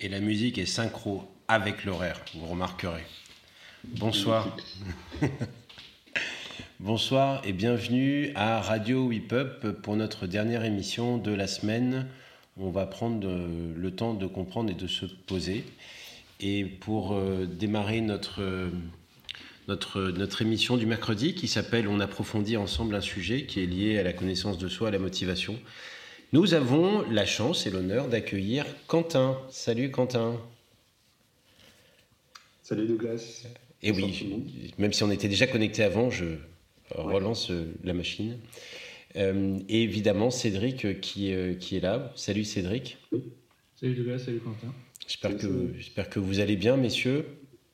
et la musique est synchro avec l'horaire, vous remarquerez. Bonsoir. Bonsoir et bienvenue à Radio Whip Up pour notre dernière émission de la semaine. On va prendre le temps de comprendre et de se poser. Et pour démarrer notre émission du mercredi qui s'appelle « On approfondit ensemble un sujet » qui est lié à la connaissance de soi, à la motivation, nous avons la chance et l'honneur d'accueillir Quentin. Salut Quentin. Salut Douglas. Et oui, même si on était déjà connecté avant, je relance la machine. Et évidemment Cédric qui est là. Salut Cédric. Oui. Salut Douglas, salut Quentin. J'espère que vous allez bien, messieurs.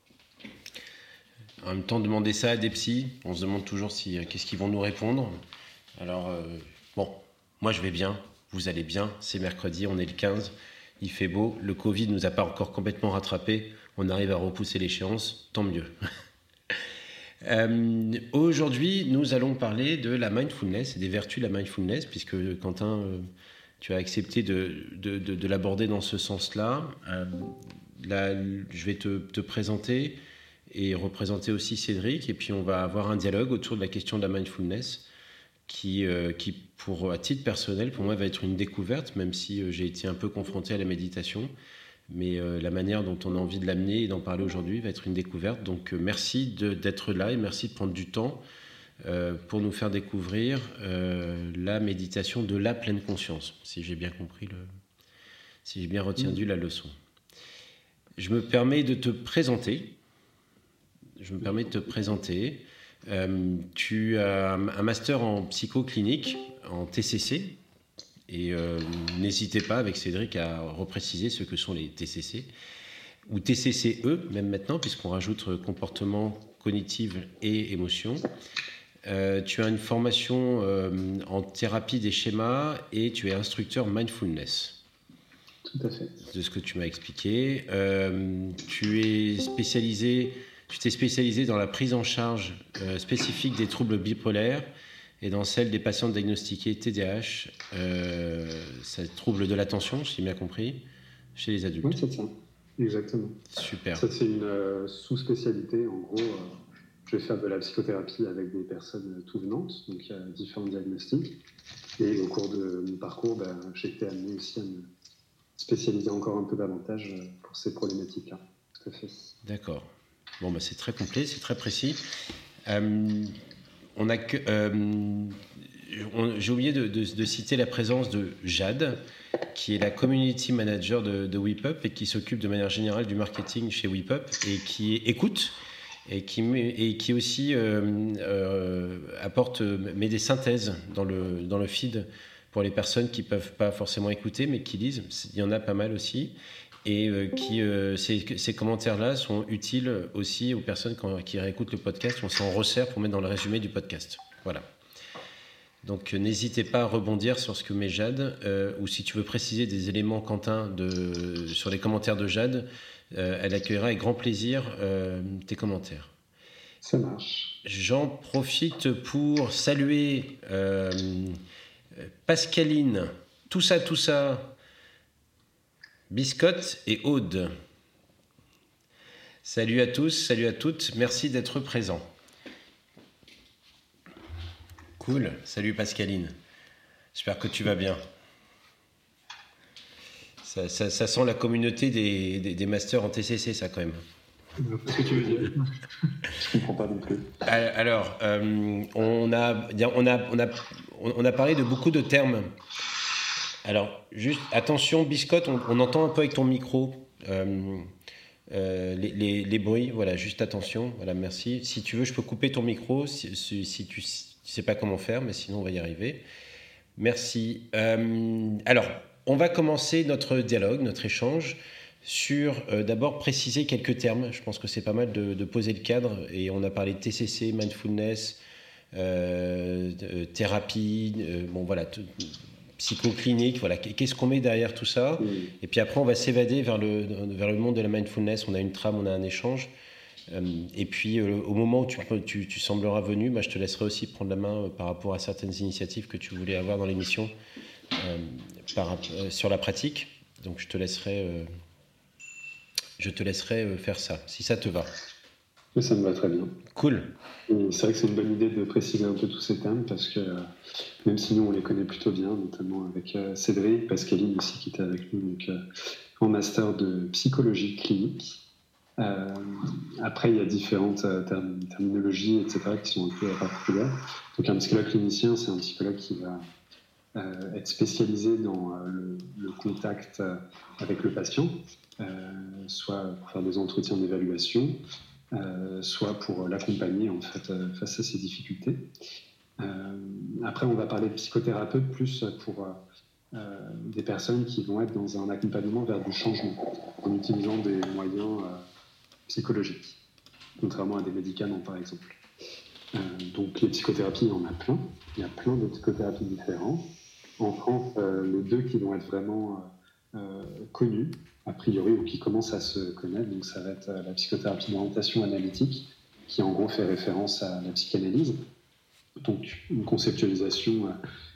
En même temps, demander ça à des psys, on se demande toujours qu'est-ce qu'ils vont nous répondre. Alors, moi je vais bien, vous allez bien, c'est mercredi, on est le 15, il fait beau, le Covid ne nous a pas encore complètement rattrapés, on arrive à repousser l'échéance, tant mieux. Aujourd'hui, nous allons parler de la mindfulness et des vertus de la mindfulness, puisque Quentin, tu as accepté de l'aborder dans ce sens-là. Là, je vais te présenter et représenter aussi Cédric, et puis on va avoir un dialogue autour de la question de la mindfulness qui à titre personnel, pour moi, va être une découverte, même si j'ai été un peu confronté à la méditation. Mais la manière dont on a envie de l'amener et d'en parler aujourd'hui va être une découverte. Donc merci d'être là et merci de prendre du temps pour nous faire découvrir la méditation de la pleine conscience, si j'ai bien compris si j'ai bien retenu la leçon. Je me permets de te présenter. Tu as un master en psychoclinique, en TCC, et n'hésitez pas avec Cédric à repréciser ce que sont les TCC, ou TCCE même maintenant, puisqu'on rajoute comportement, cognitif et émotion. Tu as une formation en thérapie des schémas et tu es instructeur mindfulness. Tout à fait. De ce que tu m'as expliqué. Tu t'es spécialisé dans la prise en charge spécifique des troubles bipolaires et dans celle des patients diagnostiqués TDAH, c'est trouble de l'attention, si j'ai bien compris, chez les adultes. Oui, c'est ça, exactement. Super. Ça, c'est une sous-spécialité. En gros, je vais faire de la psychothérapie avec des personnes tout venantes, donc il y a différents diagnostics. Et au cours de mon parcours, j'ai été amené aussi à me spécialiser encore un peu davantage pour ces problématiques-là. Tout à fait. D'accord. Bon, c'est très complet, c'est très précis. J'ai oublié de citer la présence de Jade, qui est la community manager de Whip Up et qui s'occupe de manière générale du marketing chez Whip Up et qui écoute et qui aussi met des synthèses dans le feed pour les personnes qui ne peuvent pas forcément écouter mais qui lisent. Il y en a pas mal aussi. Et ces commentaires-là sont utiles aussi aux personnes qui réécoutent le podcast. On s'en resserre pour mettre dans le résumé du podcast. Voilà. Donc n'hésitez pas à rebondir sur ce que met Jade, ou si tu veux préciser des éléments, Quentin, sur les commentaires de Jade, elle accueillera avec grand plaisir tes commentaires. Ça marche. J'en profite pour saluer Pascaline, tout ça, Biscotte et Aude. Salut à tous, salut à toutes, merci d'être présents. Cool, salut Pascaline. J'espère que tu vas bien. Ça sent la communauté des masters en TCC, ça quand même. Qu'est-ce que tu veux dire? Je comprends pas non plus. Alors, on a parlé de beaucoup de termes. Alors, juste attention, Biscotte, on entend un peu avec ton micro les bruits. Voilà, juste attention. Voilà, merci. Si tu veux, je peux couper ton micro si tu sais pas comment faire, mais sinon on va y arriver. Merci. Alors, on va commencer notre dialogue, notre échange sur d'abord préciser quelques termes. Je pense que c'est pas mal de poser le cadre. Et on a parlé de TCC, mindfulness, thérapie, psychoclinique, voilà, qu'est-ce qu'on met derrière tout ça? Et puis après, on va s'évader vers le monde de la mindfulness. On a une trame, on a un échange. Et puis, au moment où tu sembleras venu, je te laisserai aussi prendre la main par rapport à certaines initiatives que tu voulais avoir dans l'émission sur la pratique. Donc, je te laisserai je te laisserai faire ça, si ça te va. Oui, ça me va très bien. Cool. Et c'est vrai que c'est une bonne idée de préciser un peu tous ces termes parce que même si nous on les connaît plutôt bien, notamment avec Cédric, Pascaline aussi qui était avec nous, donc en master de psychologie clinique. Après, il y a différentes terminologies, etc., qui sont un peu particulières. Donc un psychologue clinicien, c'est un psychologue qui va être spécialisé dans le contact avec le patient, soit pour faire des entretiens d'évaluation, soit pour l'accompagner en fait face à ses difficultés. Après, on va parler de psychothérapeute plus pour des personnes qui vont être dans un accompagnement vers du changement en utilisant des moyens psychologiques, contrairement à des médicaments par exemple. Donc les psychothérapies, il y en a plein. Il y a plein de psychothérapies différentes. En France, les deux qui vont être vraiment connus, a priori, ou qui commencent à se connaître, donc ça va être la psychothérapie d'orientation analytique, qui en gros fait référence à la psychanalyse. Donc une conceptualisation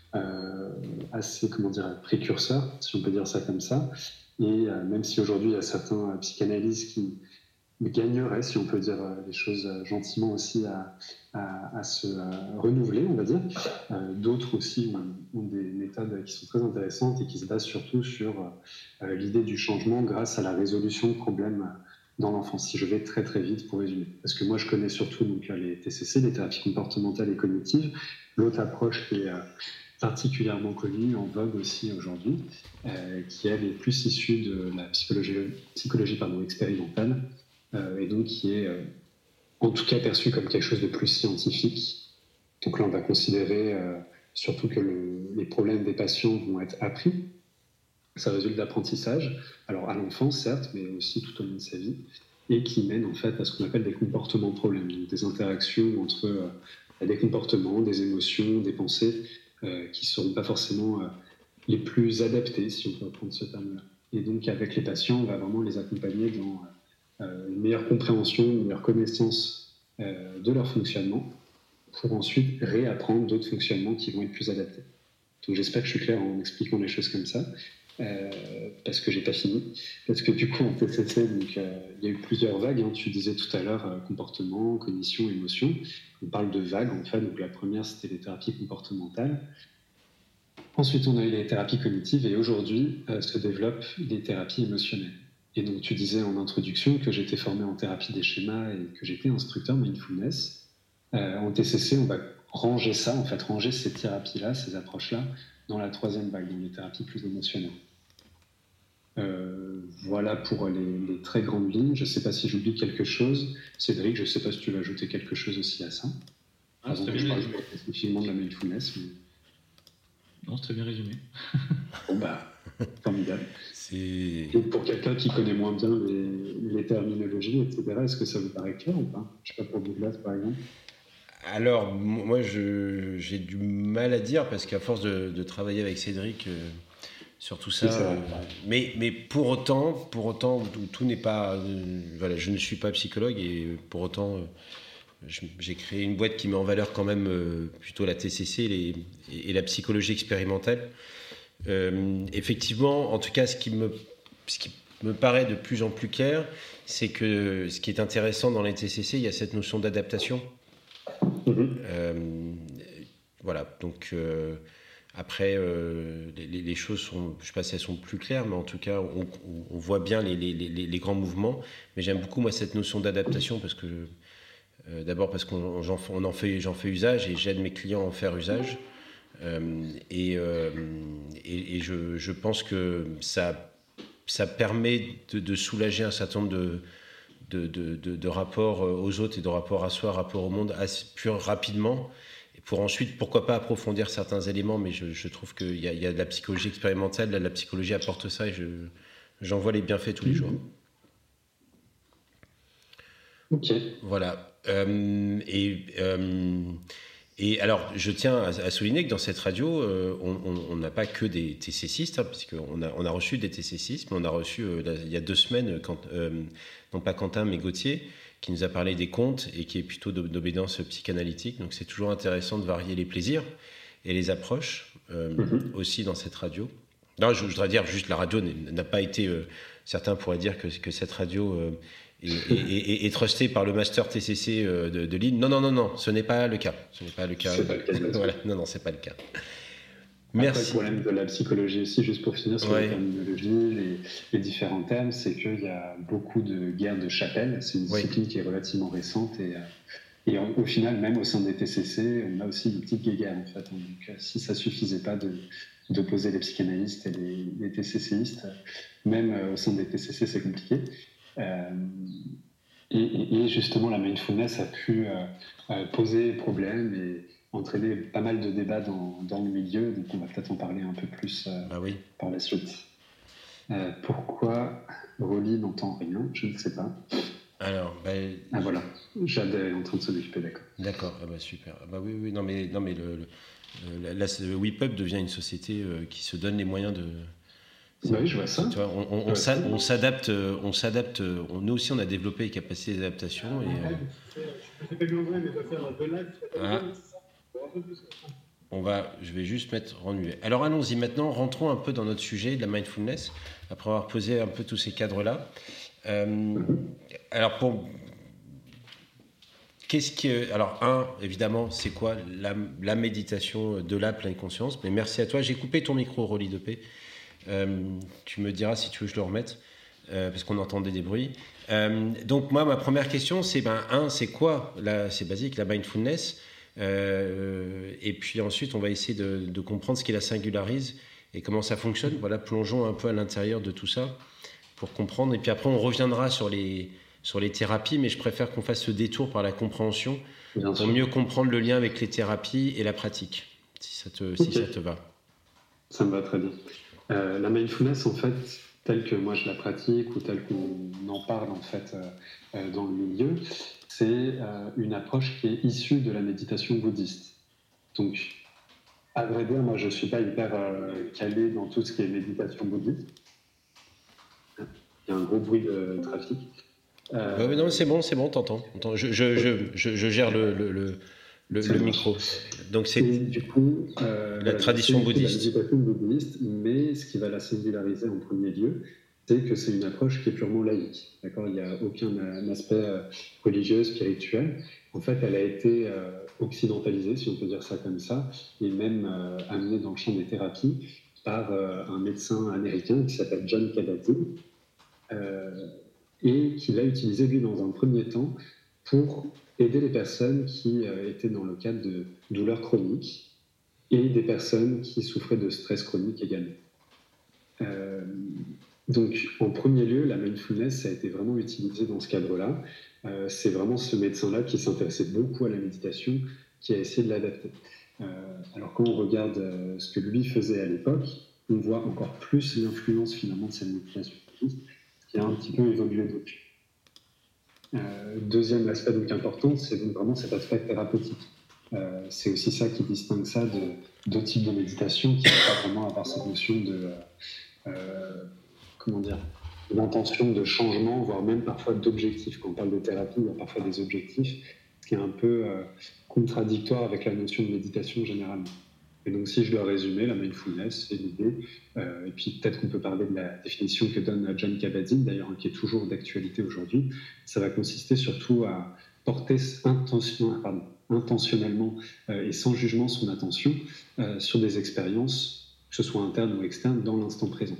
assez, précurseur, si on peut dire ça comme ça. Et même si aujourd'hui, il y a certains psychanalystes qui gagneraient, si on peut dire les choses gentiment aussi, à se renouveler, on va dire. D'autres aussi ont des méthodes qui sont très intéressantes et qui se basent surtout sur l'idée du changement grâce à la résolution de problèmes dans l'enfance. Si je vais très très vite pour résumer. Parce que moi je connais surtout donc, les TCC, les thérapies comportementales et cognitives. L'autre approche qui est particulièrement connue, en vogue aussi aujourd'hui, qui elle est plus issue de la psychologie expérimentale, et donc qui est en tout cas perçue comme quelque chose de plus scientifique. Donc là, on va considérer surtout que les problèmes des patients vont être appris. Ça résulte d'apprentissage, alors à l'enfance certes, mais aussi tout au long de sa vie, et qui mène en fait à ce qu'on appelle des comportements problèmes, donc des interactions entre des comportements, des émotions, des pensées qui ne seront pas forcément les plus adaptées, si on peut prendre ce terme-là. Et donc avec les patients, on va vraiment les accompagner dans une meilleure compréhension, une meilleure connaissance de leur fonctionnement, pour ensuite réapprendre d'autres fonctionnements qui vont être plus adaptés. Donc j'espère que je suis clair en expliquant les choses comme ça, parce que j'ai pas fini. Parce que du coup en TCC, donc il y a eu plusieurs vagues. Hein. Tu disais tout à l'heure comportement, cognition, émotion. On parle de vagues en fait. Donc la première c'était les thérapies comportementales. Ensuite on a eu les thérapies cognitives et aujourd'hui se développent les thérapies émotionnelles. Et donc, tu disais en introduction que j'étais formé en thérapie des schémas et que j'étais instructeur mindfulness. En TCC, on va ranger ça, en fait, ranger ces thérapies-là, ces approches-là, dans la troisième vague, dans les thérapies plus émotionnelles. Voilà pour les très grandes lignes. Je ne sais pas si j'oublie quelque chose. Cédric, je ne sais pas si tu veux ajouter quelque chose aussi à ça. C'est très bien résumé. Spécifiquement de la mindfulness. Mais... Non, c'est très bien résumé. Bon, formidable. Et pour quelqu'un qui connaît moins bien les terminologies, etc., est-ce que ça vous paraît clair ou pas? Je ne sais pas pour Douglas, par exemple. Alors, moi, j'ai du mal à dire parce qu'à force de travailler avec Cédric sur tout ça, mais pour autant, tout n'est pas... voilà, je ne suis pas psychologue et pour autant, j'ai créé une boîte qui met en valeur quand même plutôt la TCC et la psychologie expérimentale. Effectivement, en tout cas, ce qui me paraît de plus en plus clair, c'est que ce qui est intéressant dans les TCC, il y a cette notion d'adaptation. Voilà, donc après, les choses sont, je ne sais pas si elles sont plus claires, mais en tout cas, on voit bien les grands mouvements. Mais j'aime beaucoup, moi, cette notion d'adaptation parce que, d'abord parce j'en fais usage et j'aide mes clients à en faire usage. Et je pense que ça permet de soulager un certain nombre de rapports aux autres et de rapports à soi, rapports au monde plus rapidement, et pour ensuite, pourquoi pas approfondir certains éléments, mais je trouve qu'il y a de la psychologie expérimentale, la psychologie apporte ça, et j'en vois les bienfaits tous les jours. Ok. Voilà. Et alors, je tiens à souligner que dans cette radio, on n'a pas que des TCCistes, hein, parce qu'on a reçu des TCCistes, mais on a reçu, il y a 2 semaines, non pas Quentin, mais Gauthier, qui nous a parlé des contes et qui est plutôt d'obédience psychanalytique. Donc, c'est toujours intéressant de varier les plaisirs et les approches aussi dans cette radio. Non, je voudrais dire juste la radio n'a pas été. Certains pourraient dire que cette radio est trustée par le master TCC de Lille. Non, ce n'est pas le cas. Ce n'est pas le cas. C'est pas le cas. Voilà, non, c'est pas le cas. Merci. Après, le problème de la psychologie aussi, juste pour finir sur la terminologie, les différents termes, c'est qu'il y a beaucoup de guerres de chapelle. C'est une discipline qui est relativement récente et au final, même au sein des TCC, on a aussi des petites guéguerres en fait. Donc, si ça suffisait pas d'opposer les psychanalystes et les TCCistes, même au sein des TCC, c'est compliqué. Et justement, la mindfulness a pu poser problème et entraîner pas mal de débats dans le milieu, donc on va peut-être en parler un peu plus par la suite. Pourquoi Rolly n'entend rien? Je ne sais pas. Alors, voilà, Jade est en train de s'en occuper, d'accord. D'accord, super. Oui, non mais le WePub devient une société qui se donne les moyens de... Oui, je vois ça. Tu vois, on s'adapte, nous aussi on a développé les capacités d'adaptation. Je vais juste mettre en muet. Alors allons-y maintenant, rentrons un peu dans notre sujet de la mindfulness, après avoir posé un peu tous ces cadres-là. Alors évidemment, c'est quoi la méditation de la pleine conscience? Mais merci à toi. J'ai coupé ton micro, Rolly Depé. Tu me diras si tu veux que je le remette, parce qu'on entendait des bruits. Donc moi, ma première question, c'est c'est quoi c'est basique, la mindfulness, et puis ensuite, on va essayer de comprendre ce qui la singularise et comment ça fonctionne. Voilà, plongeons un peu à l'intérieur de tout ça pour comprendre. Et puis après, on reviendra sur les thérapies, mais je préfère qu'on fasse ce détour par la compréhension pour mieux comprendre le lien avec les thérapies et la pratique, si ça te va. Ça me va très bien. La mindfulness, en fait, telle que moi je la pratique ou telle qu'on en parle en fait dans le milieu, c'est une approche qui est issue de la méditation bouddhiste. Donc, à vrai dire, moi je ne suis pas hyper calé dans tout ce qui est méditation bouddhiste. Il y a un gros bruit de trafic. Non, c'est bon, t'entends. Je gère le micro. Donc c'est du coup la tradition bouddhiste. La méditation bouddhiste, mais ce qui va la singulariser en premier lieu, c'est que c'est une approche qui est purement laïque. D'accord, il n'y a aucun aspect religieux, spirituel. En fait, elle a été occidentalisée, si on peut dire ça comme ça, et même amenée dans le champ des thérapies par un médecin américain qui s'appelle John Kabat-Zinn, et qui l'a utilisé lui dans un premier temps pour aider les personnes qui étaient dans le cadre de douleurs chroniques et des personnes qui souffraient de stress chronique également. Donc, en premier lieu, la mindfulness, ça a été vraiment utilisé dans ce cadre-là. C'est vraiment ce médecin-là qui s'intéressait beaucoup à la méditation, qui a essayé de l'adapter. Alors, quand on regarde ce que lui faisait à l'époque, on voit encore plus l'influence finalement de cette méditation qui a un petit peu évolué depuis. Deuxième aspect donc important, c'est donc vraiment cet aspect thérapeutique. C'est aussi ça qui distingue ça d'autres types de méditation qui ne vont pas vraiment avoir cette notion d'intention de changement, voire même parfois d'objectif. Quand on parle de thérapie, il y a parfois des objectifs, ce qui est un peu contradictoire avec la notion de méditation généralement. Et donc, si je dois résumer, la mindfulness, c'est l'idée, et puis peut-être qu'on peut parler de la définition que donne John Kabat-Zinn, d'ailleurs, qui est toujours d'actualité aujourd'hui. Ça va consister surtout à porter intentionnellement et sans jugement son attention sur des expériences, que ce soit internes ou externes, dans l'instant présent.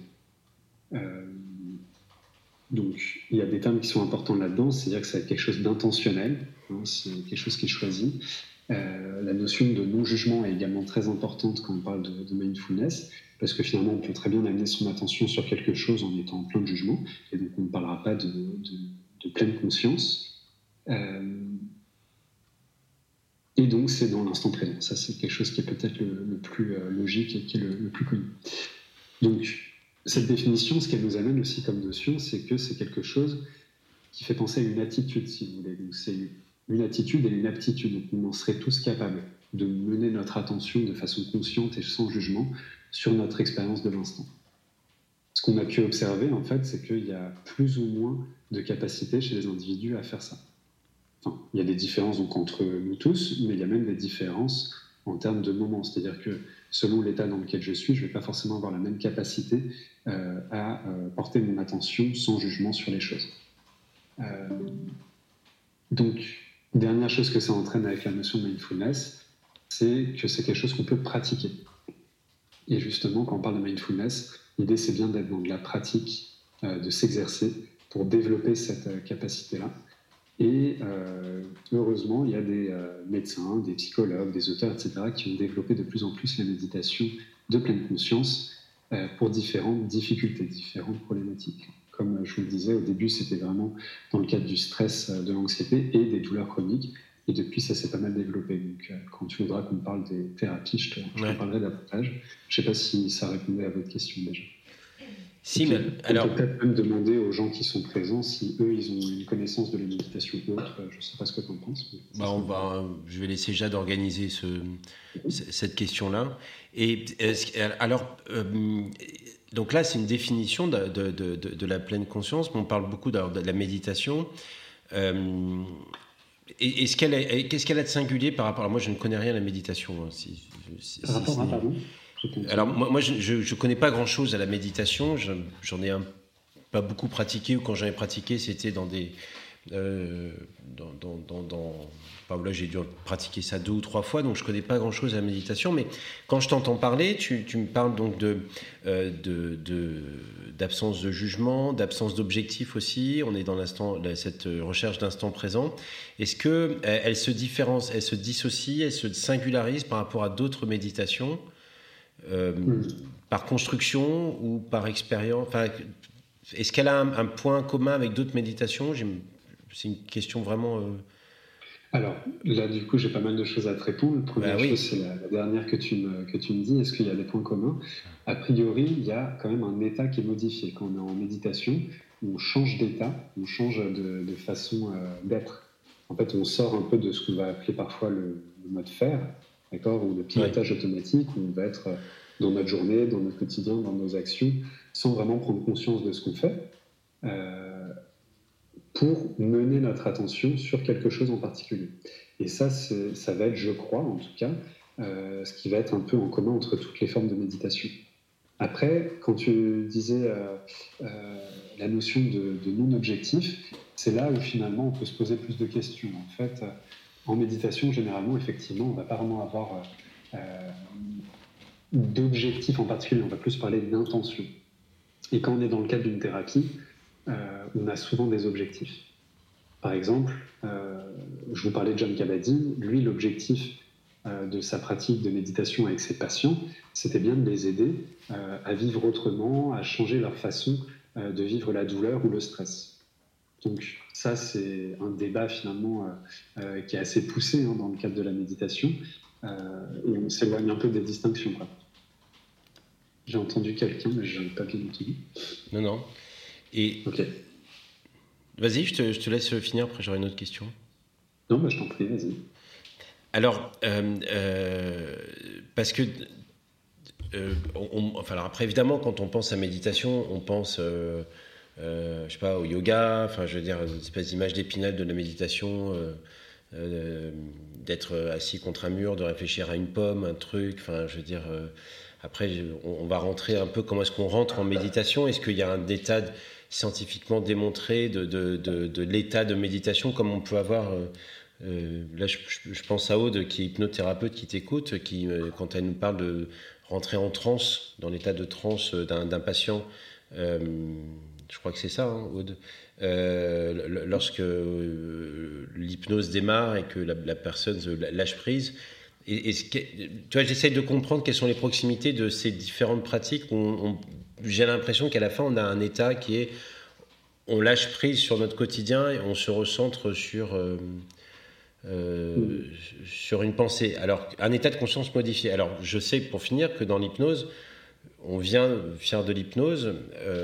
Donc, il y a des termes qui sont importants là-dedans, c'est-à-dire que c'est quelque chose d'intentionnel, c'est quelque chose qui est choisi. La notion de non-jugement est également très importante quand on parle de mindfulness, parce que finalement, on peut très bien amener son attention sur quelque chose en étant en plein de jugement, et donc on ne parlera pas de pleine conscience. Et donc, c'est dans l'instant présent. Ça, c'est quelque chose qui est peut-être le plus logique et qui est le plus connu. Donc, cette définition, ce qu'elle nous amène aussi comme notion, c'est que c'est quelque chose qui fait penser à une attitude, si vous voulez. Donc, c'est une attitude et une aptitude. On en serait tous capables de mener notre attention de façon consciente et sans jugement sur notre expérience de l'instant. Ce qu'on a pu observer, en fait, c'est qu'il y a plus ou moins de capacité chez les individus à faire ça. Enfin, il y a des différences donc, entre nous tous, mais il y a même des différences en termes de moment. C'est-à-dire que selon l'état dans lequel je suis, je ne vais pas forcément avoir la même capacité à porter mon attention sans jugement sur les choses. Donc, dernière chose que ça entraîne avec la notion de mindfulness, c'est que c'est quelque chose qu'on peut pratiquer. Et justement, quand on parle de mindfulness, l'idée c'est bien d'être dans de la pratique, de s'exercer pour développer cette capacité-là. Et heureusement, il y a des médecins, des psychologues, des auteurs, etc., qui ont développé de plus en plus la méditation de pleine conscience pour différentes difficultés, différentes problématiques. Comme je vous le disais, au début, c'était vraiment dans le cadre du stress, de l'anxiété et des douleurs chroniques. Et depuis, ça s'est pas mal développé. Donc, quand tu voudras qu'on parle des thérapies, je t'en parlerai davantage. Je ne sais pas si ça répondait à votre question déjà. Si, mais alors... On peut peut-être même demander aux gens qui sont présents si eux, ils ont une connaissance de la méditation ou autre. Je ne sais pas ce que tu en penses. Je vais laisser Jade organiser cette question-là. Et alors, donc là, c'est une définition de la pleine conscience, mais on parle beaucoup de la méditation. Qu'est-ce qu'elle a de singulier par rapport à... Moi, je ne connais rien à la méditation. Par rapport à, pardon ? Alors, moi je ne connais pas grand-chose à la méditation. J'en ai pas beaucoup pratiqué, ou quand j'en ai pratiqué, c'était dans des... là, j'ai dû pratiquer ça 2 ou 3 fois, donc je ne connais pas grand-chose à la méditation. Mais quand je t'entends parler, tu me parles donc d'absence de jugement, d'absence d'objectif aussi. On est dans cette recherche d'instant présent. Est-ce qu'elle se différencie, elle se dissocie, elle se singularise par rapport à d'autres méditations, par construction ou par expérience? Est-ce qu'elle a un point commun avec d'autres méditations? C'est une question vraiment... Alors, là, du coup, j'ai pas mal de choses à te répondre. La première chose, c'est la dernière que tu me dis. Est-ce qu'il y a des points communs? A priori, il y a quand même un état qui est modifié. Quand on est en méditation, on change d'état, on change de façon d'être. En fait, on sort un peu de ce qu'on va appeler parfois le mode faire, d'accord, ou le pilotage automatique, où on va être dans notre journée, dans notre quotidien, dans nos actions, sans vraiment prendre conscience de ce qu'on fait, pour mener notre attention sur quelque chose en particulier. Et ça va être, je crois, en tout cas, ce qui va être un peu en commun entre toutes les formes de méditation. Après, quand tu disais la notion de non-objectif, c'est là où finalement on peut se poser plus de questions. En fait, en méditation, généralement, effectivement, on ne va pas vraiment avoir d'objectif en particulier, on va plus parler d'intention. Et quand on est dans le cadre d'une thérapie, on a souvent des objectifs. Par exemple, je vous parlais de John Kabat-Zinn. Lui, l'objectif de sa pratique de méditation avec ses patients, c'était bien de les aider à vivre autrement, à changer leur façon de vivre la douleur ou le stress. Donc ça, c'est un débat finalement qui est assez poussé dans le cadre de la méditation, et on s'éloigne un peu des distinctions, quoi. J'ai entendu quelqu'un, mais je n'ai pas bien entendu. Non. Et... Ok. Vas-y, je te laisse finir, après j'aurai une autre question. Non, je t'en prie, vas-y. Alors, parce que... alors après, évidemment, quand on pense à méditation, on pense... je sais pas, au yoga, je veux dire, une espèce d'image d'Épinal de la méditation, d'être assis contre un mur, de réfléchir à une pomme, un truc, je veux dire... Après, on va rentrer un peu, comment est-ce qu'on rentre en méditation? Est-ce qu'il y a un état scientifiquement démontré de l'état de méditation, comme on peut avoir... là, je pense à Aude, qui est hypnothérapeute, qui t'écoute, qui, quand elle nous parle de rentrer en transe, dans l'état de transe d'un patient, je crois que c'est ça, Aude, lorsque l'hypnose démarre et que la personne lâche prise... tu vois, j'essaye de comprendre quelles sont les proximités de ces différentes pratiques. J'ai l'impression qu'à la fin, on a un état qui est... On lâche prise sur notre quotidien et on se recentre sur une pensée. Alors, un état de conscience modifié. Alors, je sais, pour finir, que dans l'hypnose, on vient faire de l'hypnose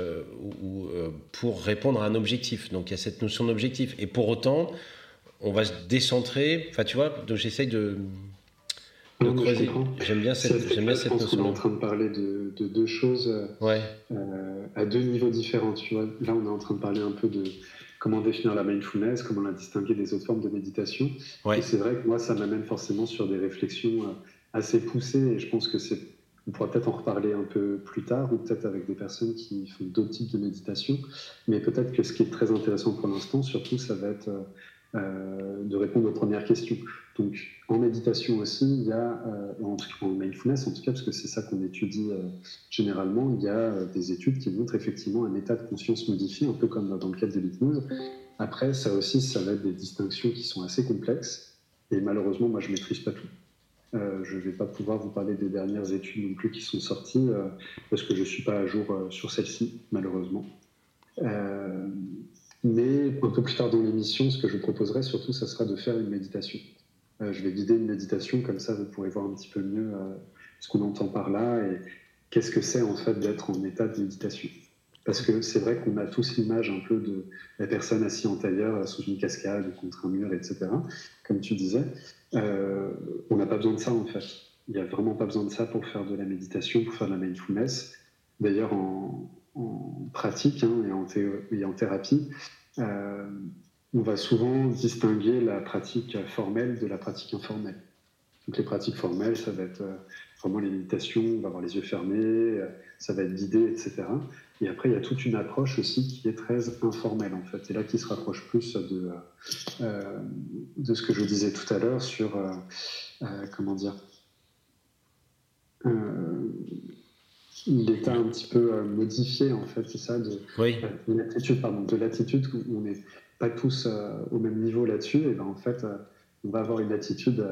pour répondre à un objectif. Donc, il y a cette notion d'objectif. Et pour autant, on va se décentrer. Enfin, tu vois, donc j'essaye de creuser. J'aime bien cette notion. On est en train de parler de deux choses à deux niveaux différents. Tu vois, là, on est en train de parler un peu de comment définir la mindfulness, comment la distinguer des autres formes de méditation. Ouais. Et c'est vrai que moi, ça m'amène forcément sur des réflexions assez poussé et je pense que on pourra peut-être en reparler un peu plus tard ou peut-être avec des personnes qui font d'autres types de méditation. Mais peut-être que ce qui est très intéressant pour l'instant, surtout, ça va être de répondre aux premières questions. Donc, en méditation aussi, il y a, en mindfulness en tout cas, parce que c'est ça qu'on étudie généralement, il y a des études qui montrent effectivement un état de conscience modifié, un peu comme dans le cadre de l'hypnose. Après, ça aussi, ça va être des distinctions qui sont assez complexes. Et malheureusement, moi, je ne maîtrise pas tout. Je ne vais pas pouvoir vous parler des dernières études non plus qui sont sorties, parce que je ne suis pas à jour sur celles-ci, malheureusement. Mais un peu plus tard dans l'émission, ce que je proposerai surtout, ça sera de faire une méditation. Je vais guider une méditation, comme ça vous pourrez voir un petit peu mieux ce qu'on entend par là et qu'est-ce que c'est en fait d'être en état de méditation. Parce que c'est vrai qu'on a tous l'image un peu de la personne assise en tailleur sous une cascade ou contre un mur, etc. Comme tu disais, on n'a pas besoin de ça en fait. Il n'y a vraiment pas besoin de ça pour faire de la méditation, pour faire de la mindfulness. D'ailleurs, en pratique et en thérapie, on va souvent distinguer la pratique formelle de la pratique informelle. Donc les pratiques formelles, ça va être vraiment les méditations, on va avoir les yeux fermés, ça va être guidé, etc. Et après, il y a toute une approche aussi qui est très informelle, en fait. Et là, qui se rapproche plus de ce que je vous disais tout à l'heure sur, comment dire, l'état un petit peu modifié, en fait, c'est ça, de l'attitude où on n'est pas tous au même niveau là-dessus. Et ben en fait, on va avoir une attitude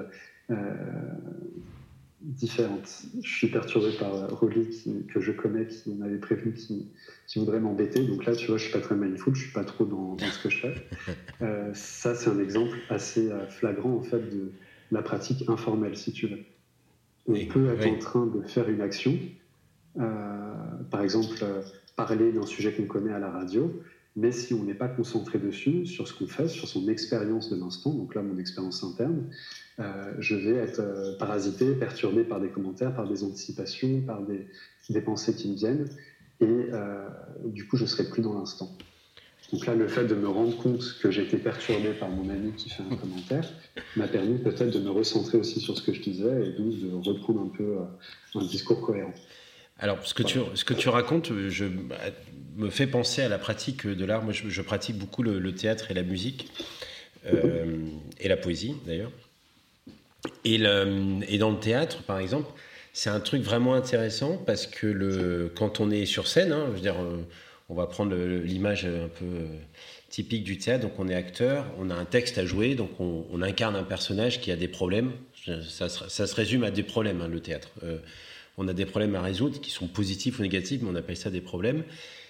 différente. Je suis perturbé par Rolly, que je connais, qui m'avait prévenu qui voudrait m'embêter. Donc là, tu vois, je suis pas très mindful, je suis pas trop dans ce que je fais. Ça, c'est un exemple assez flagrant, en fait, de la pratique informelle, si tu veux. On peut être en train de faire une action, par exemple, parler d'un sujet qu'on connaît à la radio, mais si on n'est pas concentré dessus, sur ce qu'on fait, sur son expérience de l'instant, donc là, mon expérience interne, je vais être parasité, perturbé par des commentaires, par des anticipations, par des pensées qui me viennent, et du coup, je ne serai plus dans l'instant. Donc là, le fait de me rendre compte que j'ai été perturbé par mon ami qui fait un commentaire m'a permis peut-être de me recentrer aussi sur ce que je disais et donc de reprendre un peu un discours cohérent. Alors, ce que tu racontes me fait penser à la pratique de l'art. Moi, je pratique beaucoup le théâtre et la musique, et la poésie, d'ailleurs. Et dans le théâtre, par exemple, c'est un truc vraiment intéressant parce que quand on est sur scène, je veux dire, on va prendre l'image un peu typique du théâtre. Donc, on est acteur, on a un texte à jouer, donc on incarne un personnage qui a des problèmes. Ça se résume à des problèmes, le théâtre. On a des problèmes à résoudre qui sont positifs ou négatifs, mais on appelle ça des problèmes.